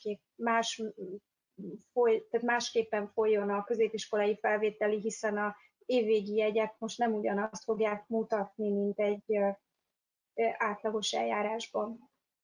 Speaker 1: másképpen folyjon a középiskolai felvételi, hiszen a évvégi jegyek most nem ugyanazt fogják mutatni, mint egy átlagos eljárásban.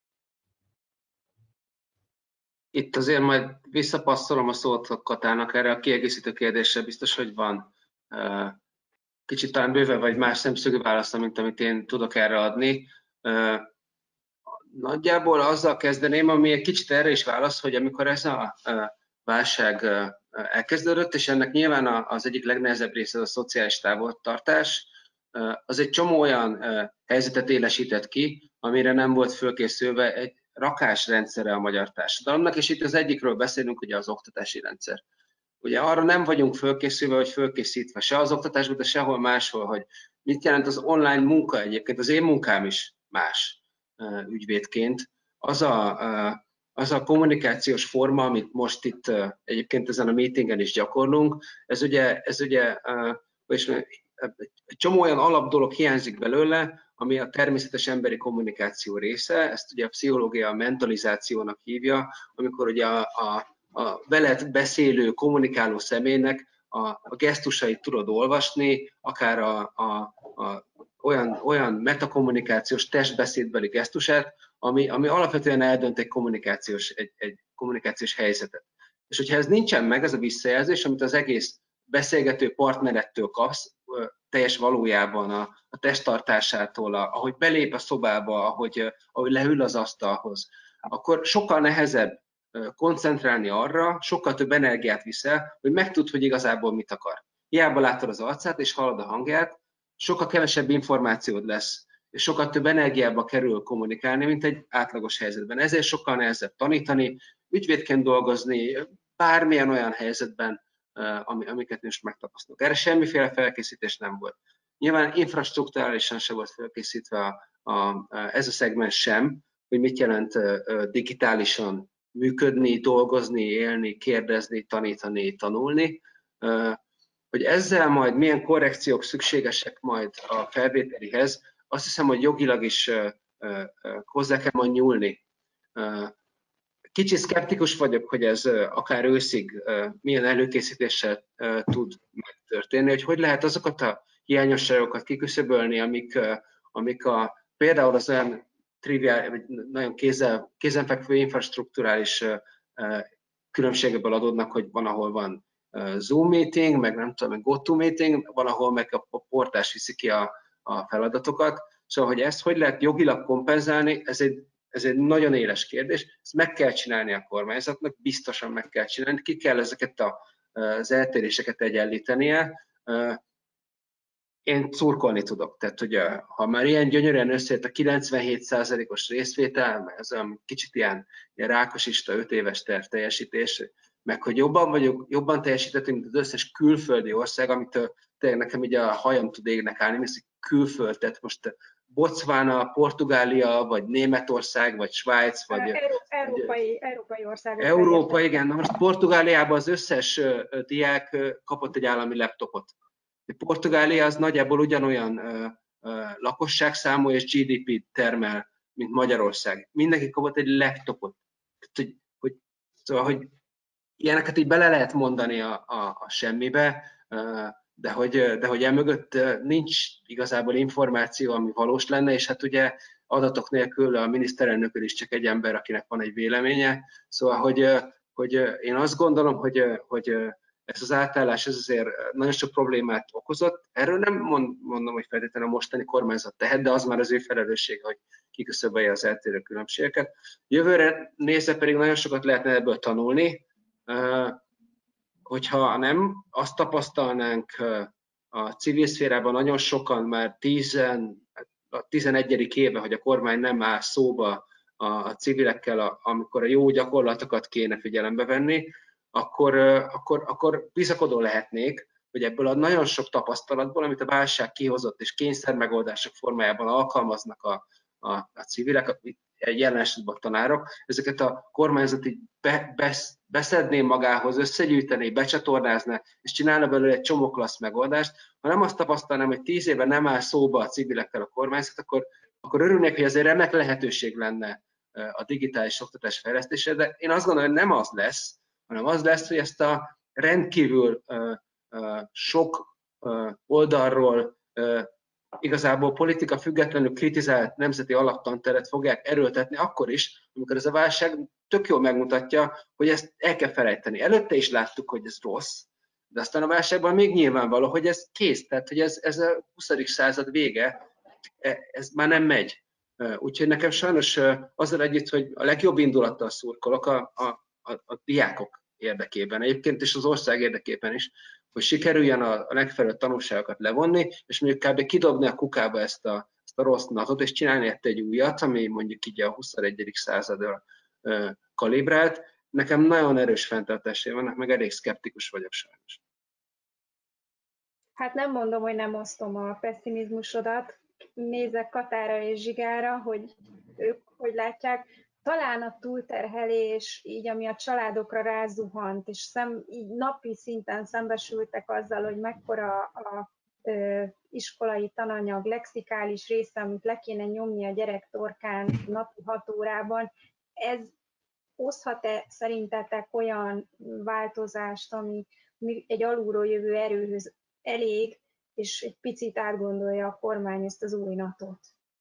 Speaker 4: Itt azért majd visszapasszolom a szót a Katának erre a kiegészítő kérdésre, biztos, hogy van kicsit talán bőve vagy más szemszögű válasza, mint amit én tudok erre adni. Nagyjából azzal kezdeném, ami egy kicsit erre is válasz, hogy amikor ez a válság elkezdődött, és ennek nyilván az egyik legnehezebb része a szociális távoltartás, az egy csomó olyan helyzetet élesített ki, amire nem volt fölkészülve egy rakásrendszere a magyar társadalomnak, és itt az egyikről beszélünk, ugye az oktatási rendszer. Ugye arra nem vagyunk fölkészülve, vagy fölkészítve se az oktatásban, de sehol máshol, hogy mit jelent az online munka egyébként. Az én munkám is más ügyvédként. Az a kommunikációs forma, amit most itt egyébként ezen a meetingen is gyakorlunk, ez ugye egy csomó olyan alapdolog hiányzik belőle, ami a természetes emberi kommunikáció része. Ezt ugye a pszichológia a mentalizációnak hívja, amikor ugye a veled beszélő, kommunikáló személynek a gesztusait tudod olvasni, akár olyan metakommunikációs testbeszédbeli gesztusát, ami alapvetően eldönt egy kommunikációs helyzetet. És hogyha ez nincsen meg, ez a visszajelzés, amit az egész beszélgető partnerettől kapsz, teljes valójában a testtartásától, ahogy belép a szobába, ahogy leül az asztalhoz, akkor sokkal nehezebb koncentrálni arra, sokkal több energiát viszel, hogy megtudd, hogy igazából mit akar. Hiába látod az arcát és hallod a hangját, sokkal kevesebb információd lesz, és sokkal több energiába kerül kommunikálni, mint egy átlagos helyzetben. Ezért sokkal nehezebb tanítani, ügyvédként dolgozni, bármilyen olyan helyzetben, amiket most megtapasztalok. Erre semmiféle felkészítés nem volt. Nyilván infrastrukturálisan sem volt felkészítve ez a szegmens sem, hogy mit jelent digitálisan működni, dolgozni, élni, kérdezni, tanítani, tanulni. Hogy ezzel majd milyen korrekciók szükségesek majd a felvételihez, azt hiszem, hogy jogilag is hozzá kell majd nyúlni. Kicsit szkeptikus vagyok, hogy ez akár őszig milyen előkészítéssel tud megtörténni, hogy lehet azokat a hiányosságokat kiküszöbölni, amik például az olyan triviál, vagy nagyon kézenfekvő infrastrukturális különbségeből adódnak, hogy van, ahol van Zoom meeting, meg nem tudom, meg GoToMeeting, van, ahol meg a portás viszi ki a feladatokat. Szóval, hogy ezt hogy lehet jogilag kompenzálni, ez egy nagyon éles kérdés. Ezt meg kell csinálni a kormányzatnak, biztosan meg kell csinálni, ki kell ezeket az eltéréseket egyenlítenie. Én szurkolni tudok, tehát hogy ha már ilyen gyönyörűen összejött a 97%-os részvétel, ez olyan kicsit ilyen rákosista 5 éves terv teljesítés, meg hogy jobban teljesítettünk, mint az összes külföldi ország, amitől tényleg nekem így a hajam tud égnek állni, mert külföld, tehát most Botswana, Portugália, vagy Németország, vagy Svájc, vagy...
Speaker 1: Európai országok.
Speaker 4: Európa, igen. Na most Portugáliában az összes diák kapott egy állami laptopot. Portugália az nagyjából ugyanolyan lakosságszámú és GDP termel, mint Magyarország. Mindenki kapott egy laptopot. Szóval, hogy ilyeneket így bele lehet mondani a semmibe, de hogy emögött nincs igazából információ, ami valós lenne, és hát ugye adatok nélkül a miniszterelnökül is csak egy ember, akinek van egy véleménye. Szóval, hogy én azt gondolom, hogy ez az átállás ez azért nagyon sok problémát okozott. Erről nem mondom, hogy feltétlenül a mostani kormányzat tehet, de az már az ő felelőssége, hogy kiküszöbölje az eltérő különbségeket. Jövőre nézve pedig nagyon sokat lehetne ebből tanulni, hogyha nem azt tapasztalnánk a civil szférában nagyon sokan már a 11. éve, hogy a kormány nem áll szóba a civilekkel, amikor a jó gyakorlatokat kéne figyelembe venni, akkor bizakodó lehetnék, hogy ebből a nagyon sok tapasztalatból, amit a válság kihozott és kényszermegoldások formájában alkalmaznak a civilek, jelen esetben a tanárok, ezeket a kormányzat így beszedné magához, összegyűjtené, becsatornázná, és csinálna belőle egy csomó klassz megoldást. Ha nem azt tapasztalnám, hogy 10 éve nem áll szóba a civilekkel a kormányzat, akkor örülnék, hogy azért remek lehetőség lenne a digitális oktatás fejlesztésére, de én azt gondolom, hogy nem az lesz, hanem az lesz, hogy ezt a rendkívül sok oldalról igazából politika függetlenül kritizált nemzeti alaptanteret fogják erőltetni akkor is, amikor ez a válság tök jól megmutatja, hogy ezt el kell felejteni. Előtte is láttuk, hogy ez rossz, de aztán a válságban még nyilvánvaló, hogy ez kész, tehát hogy ez a 20. század vége, ez már nem megy. Úgyhogy nekem sajnos azzal együtt, hogy a legjobb indulattal szurkolok a diákok érdekében, egyébként és az ország érdekében is, hogy sikerüljen a megfelelő tanulságokat levonni, és mondjuk kb. Kidobni a kukába ezt a rossz natot, és csinálni egy újat, ami mondjuk így a 21. századra kalibrált. Nekem nagyon erős fenntartásai vannak, meg elég szkeptikus vagyok sajnos.
Speaker 1: Hát nem mondom, hogy nem osztom a pessimizmusodat. Nézek Katára és Zsigára, hogy ők hogy látják. Talán a túlterhelés, így ami a családokra rázuhant, és így napi szinten szembesültek azzal, hogy mekkora a iskolai tananyag, lexikális része, amit le kéne nyomni a gyerek torkán napi 6 órában, ez hozhat-e szerintetek olyan változást, ami egy alulról jövő erőhöz elég, és egy picit átgondolja a kormány ezt az új NATO-t?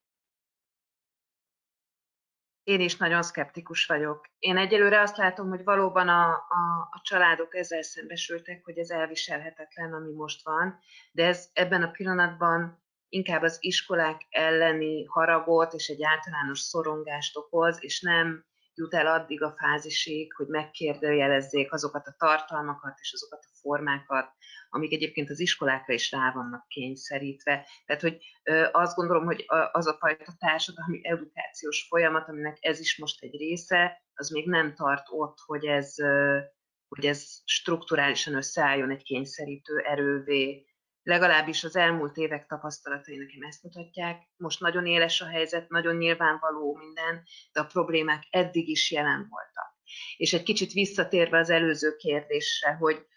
Speaker 3: Én is nagyon szkeptikus vagyok. Én egyelőre azt látom, hogy valóban a családok ezzel szembesültek, hogy ez elviselhetetlen, ami most van, de ez ebben a pillanatban inkább az iskolák elleni haragot és egy általános szorongást okoz, és nem jut el addig a fázisig, hogy megkérdőjelezzék azokat a tartalmakat és azokat a formákat, amik egyébként az iskolákra is rá vannak kényszerítve. Tehát, hogy azt gondolom, hogy az a fajta társadalmi edukációs folyamat, aminek ez is most egy része, az még nem tart ott, hogy ez strukturálisan összeálljon egy kényszerítő erővé. Legalábbis az elmúlt évek tapasztalatai nekem ezt mutatják. Most nagyon éles a helyzet, nagyon nyilvánvaló minden, de a problémák eddig is jelen voltak. És egy kicsit visszatérve az előző kérdésre,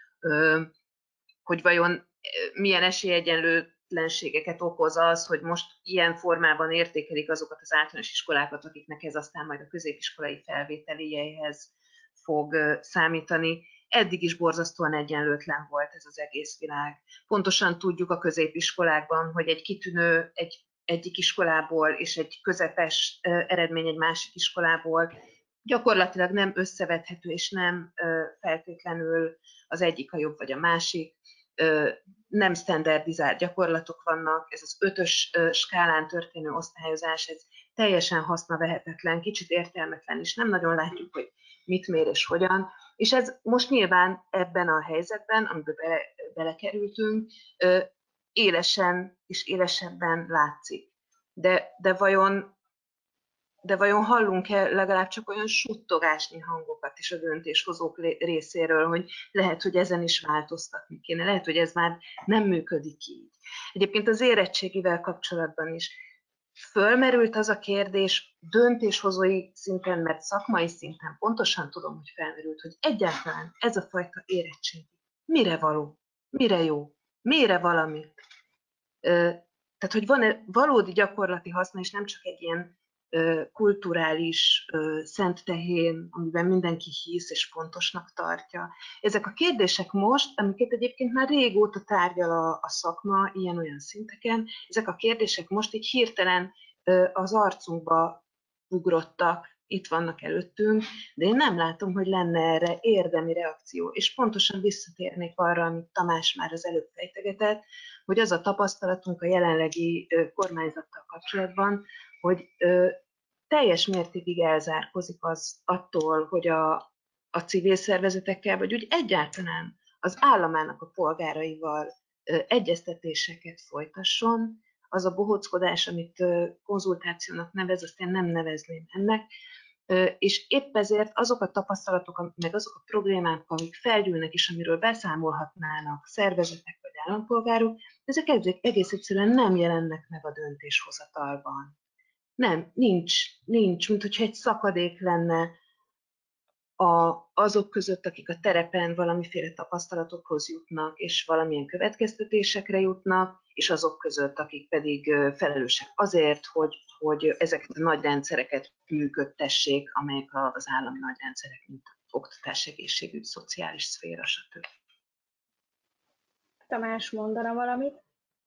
Speaker 3: hogy vajon milyen esélyegyenlőtlenségeket okoz az, hogy most ilyen formában értékelik azokat az általános iskolákat, akiknek ez aztán majd a középiskolai felvételéhez fog számítani. Eddig is borzasztóan egyenlőtlen volt ez az egész világ. Pontosan tudjuk a középiskolákban, hogy egy kitűnő egyik iskolából és egy közepes eredmény egy másik iskolából gyakorlatilag nem összevethető, és nem feltétlenül az egyik a jobb vagy a másik. Nem standardizált gyakorlatok vannak, ez az 5-ös skálán történő osztályozás, ez teljesen hasznavehetetlen, kicsit értelmetlen, és nem nagyon látjuk, hogy mit mér és hogyan. És ez most nyilván ebben a helyzetben, amiben belekerültünk, élesen és élesebben látszik. De vajon hallunk-e legalább csak olyan suttogásnyi hangokat is a döntéshozók részéről, hogy lehet, hogy ezen is változtatni kéne, lehet, hogy ez már nem működik így. Egyébként az érettségivel kapcsolatban is fölmerült az a kérdés döntéshozói szinten, mert szakmai szinten pontosan tudom, hogy felmerült, hogy egyáltalán ez a fajta érettség mire való, mire jó, mire valami. Tehát, hogy van-e valódi gyakorlati haszna, és nem csak egy ilyen kulturális szent tehén, amiben mindenki hisz és fontosnak tartja. Ezek a kérdések most, amiket egyébként már régóta tárgyal a szakma ilyen-olyan szinteken, ezek a kérdések most így hirtelen az arcunkba ugrottak, itt vannak előttünk, de én nem látom, hogy lenne erre érdemi reakció. És pontosan visszatérnék arra, amit Tamás már az előbb fejtegetett, hogy az a tapasztalatunk a jelenlegi kormányzattal kapcsolatban, hogy teljes mértékig elzárkózik az attól, hogy a civil szervezetekkel, vagy úgy egyáltalán az államának a polgáraival egyeztetéseket folytasson. Az a bohóckodás, amit konzultációnak nevez, azt én nem nevezném ennek, és épp ezért azok a tapasztalatok, meg azok a problémák, amik felgyűlnek, és amiről beszámolhatnának szervezetek vagy állampolgárok, ezek egész egyszerűen nem jelennek meg a döntéshozatalban. Nem, nincs, mint hogyha egy szakadék lenne azok között, akik a terepen valamiféle tapasztalatokhoz jutnak, és valamilyen következtetésekre jutnak, és azok között, akik pedig felelősek azért, hogy ezeket a nagy rendszereket működtessék, amelyek az állami nagy rendszerek, mint oktatás, egészségügy, szociális szféra, stb.
Speaker 1: Tamás, mondana valamit?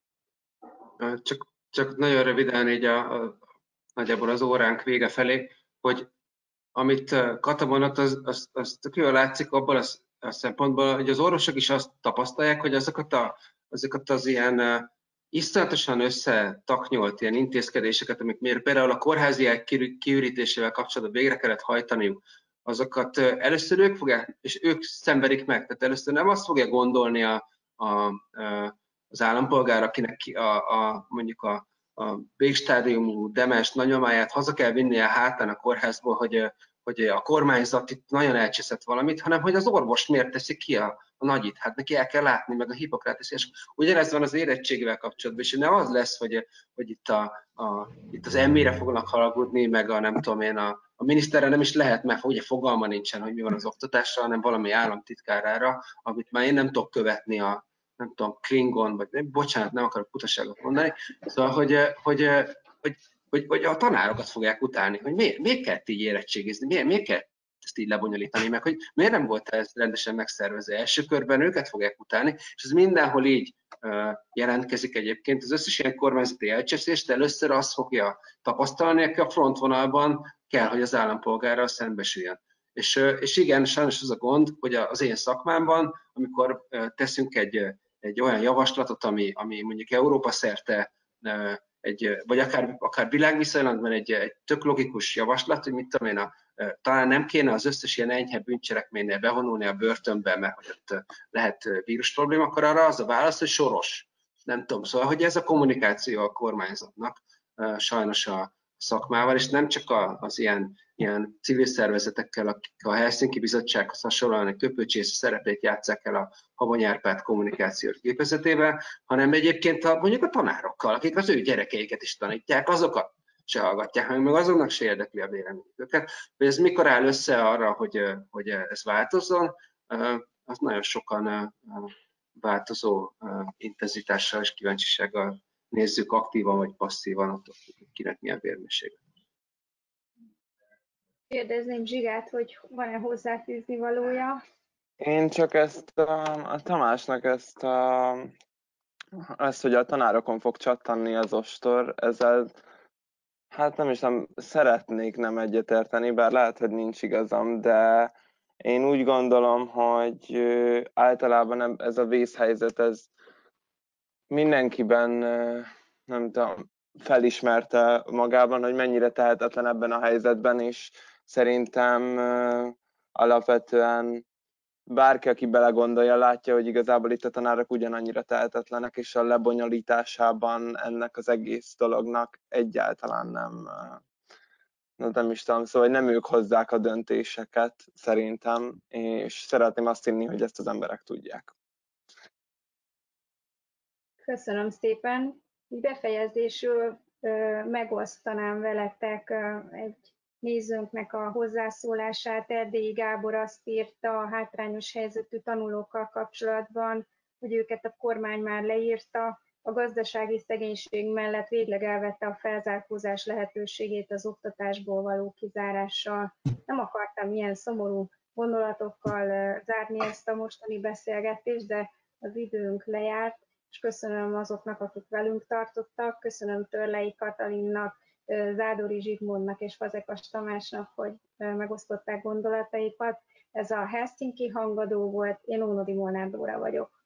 Speaker 4: Csak nagyon röviden így nagyjából az óránk vége felé, hogy amit Kata mondott, az tök jól látszik abban a szempontból, hogy az orvosok is azt tapasztalják, hogy azokat az ilyen iszonyatosan összetaknyolt ilyen intézkedéseket, amik például a kórháziák kiürítésével kapcsolatban végre kellett hajtaniuk, azokat először ők fogják, és ők szenvedik meg. Tehát először nem azt fogja gondolni az állampolgár, akinek mondjuk a végstádiumú demens nagymamáját haza kell vinnie a hátán a kórházból, hogy a kormányzat itt nagyon elcseszett valamit, hanem hogy az orvos miért teszi ki a nagyit. Hát neki el kell látni, meg a Hippokrates, és ugyanez van az érettségével kapcsolatban, és nem az lesz, hogy itt az emmére fognak haragudni, meg nem tudom én, a miniszterre nem is lehet, mert ugye fogalma nincsen, hogy mi van az oktatással, hanem valami államtitkárára, amit már én nem tudok követni nem tudom, klingon, vagy bocsánat, nem akarok butaságot mondani, szóval, hogy a tanárokat fogják utálni, hogy miért kell így érettségizni, miért kell ezt így lebonyolítani, meg hogy miért nem volt ez rendesen megszervezve első körben, őket fogják utálni, és ez mindenhol így jelentkezik egyébként. Az összes ilyen kormányzati elcseszést először azt fogja tapasztalni, aki a frontvonalban kell, hogy az állampolgárral szembesüljön. És igen, sajnos az a gond, hogy az én szakmámban, amikor teszünk egy olyan javaslatot, ami mondjuk Európa szerte vagy akár világviszonylatban egy tök logikus javaslat, hogy mit tudom én, talán nem kéne az összes ilyen enyhe bűncselekménynél bevonulni a börtönbe, mert hogy ott lehet vírus probléma, akkor arra az a válasz, hogy soros. Nem tudom, szóval, hogy ez a kommunikáció a kormányzatnak sajnos a szakmával, és nem csak az ilyen civil szervezetekkel, akik a Helsinki Bizottsághoz hasonlóan a köpőcsész szerepét játsszák el a Habony Árpád kommunikációs gépezetével, hanem egyébként mondjuk a tanárokkal, akik az ő gyerekeiket is tanítják, azokat se hallgatják meg azoknak se érdekli a véleményük őket. Hogy ez mikor áll össze arra, hogy ez változzon, az nagyon sokan változó intenzitással és kíváncsisággal nézzük aktívan vagy passzívan, attól, hogy kinek milyen vérmérséklet.
Speaker 1: Kérdezném Zsigát, hogy van-e hozzáfűzni valója?
Speaker 2: Én csak ezt a Tamásnak ezt, hogy a tanárokon fog csattanni az ostor, ezzel hát nem szeretnék nem egyetérteni, bár lehet, hogy nincs igazam, de én úgy gondolom, hogy általában ez a vészhelyzet, ez mindenkiben, nem tudom, felismerte magában, hogy mennyire tehetetlen ebben a helyzetben, és szerintem alapvetően bárki, aki belegondolja, látja, hogy igazából itt a tanárok ugyanannyira tehetetlenek, és a lebonyolításában ennek az egész dolognak egyáltalán nem is tudom, szóval nem ők hozzák a döntéseket szerintem, és szeretném azt hinni, hogy ezt az emberek tudják.
Speaker 1: Köszönöm szépen. Befejezésül megosztanám veletek egy nézőnknek a hozzászólását. Erdélyi Gábor azt írta a hátrányos helyzetű tanulókkal kapcsolatban, hogy őket a kormány már leírta, a gazdasági szegénység mellett végleg elvette a felzárkózás lehetőségét az oktatásból való kizárással. Nem akartam ilyen szomorú gondolatokkal zárni ezt a mostani beszélgetést, de az időnk lejárt, és köszönöm azoknak, akik velünk tartottak, köszönöm Törlei Katalinnak, Zádori Zsigmondnak és Fazekas Tamásnak, hogy megosztották gondolataikat. Ez a Helsinki Hangadó volt, én Ónodi Molnár Dóra vagyok.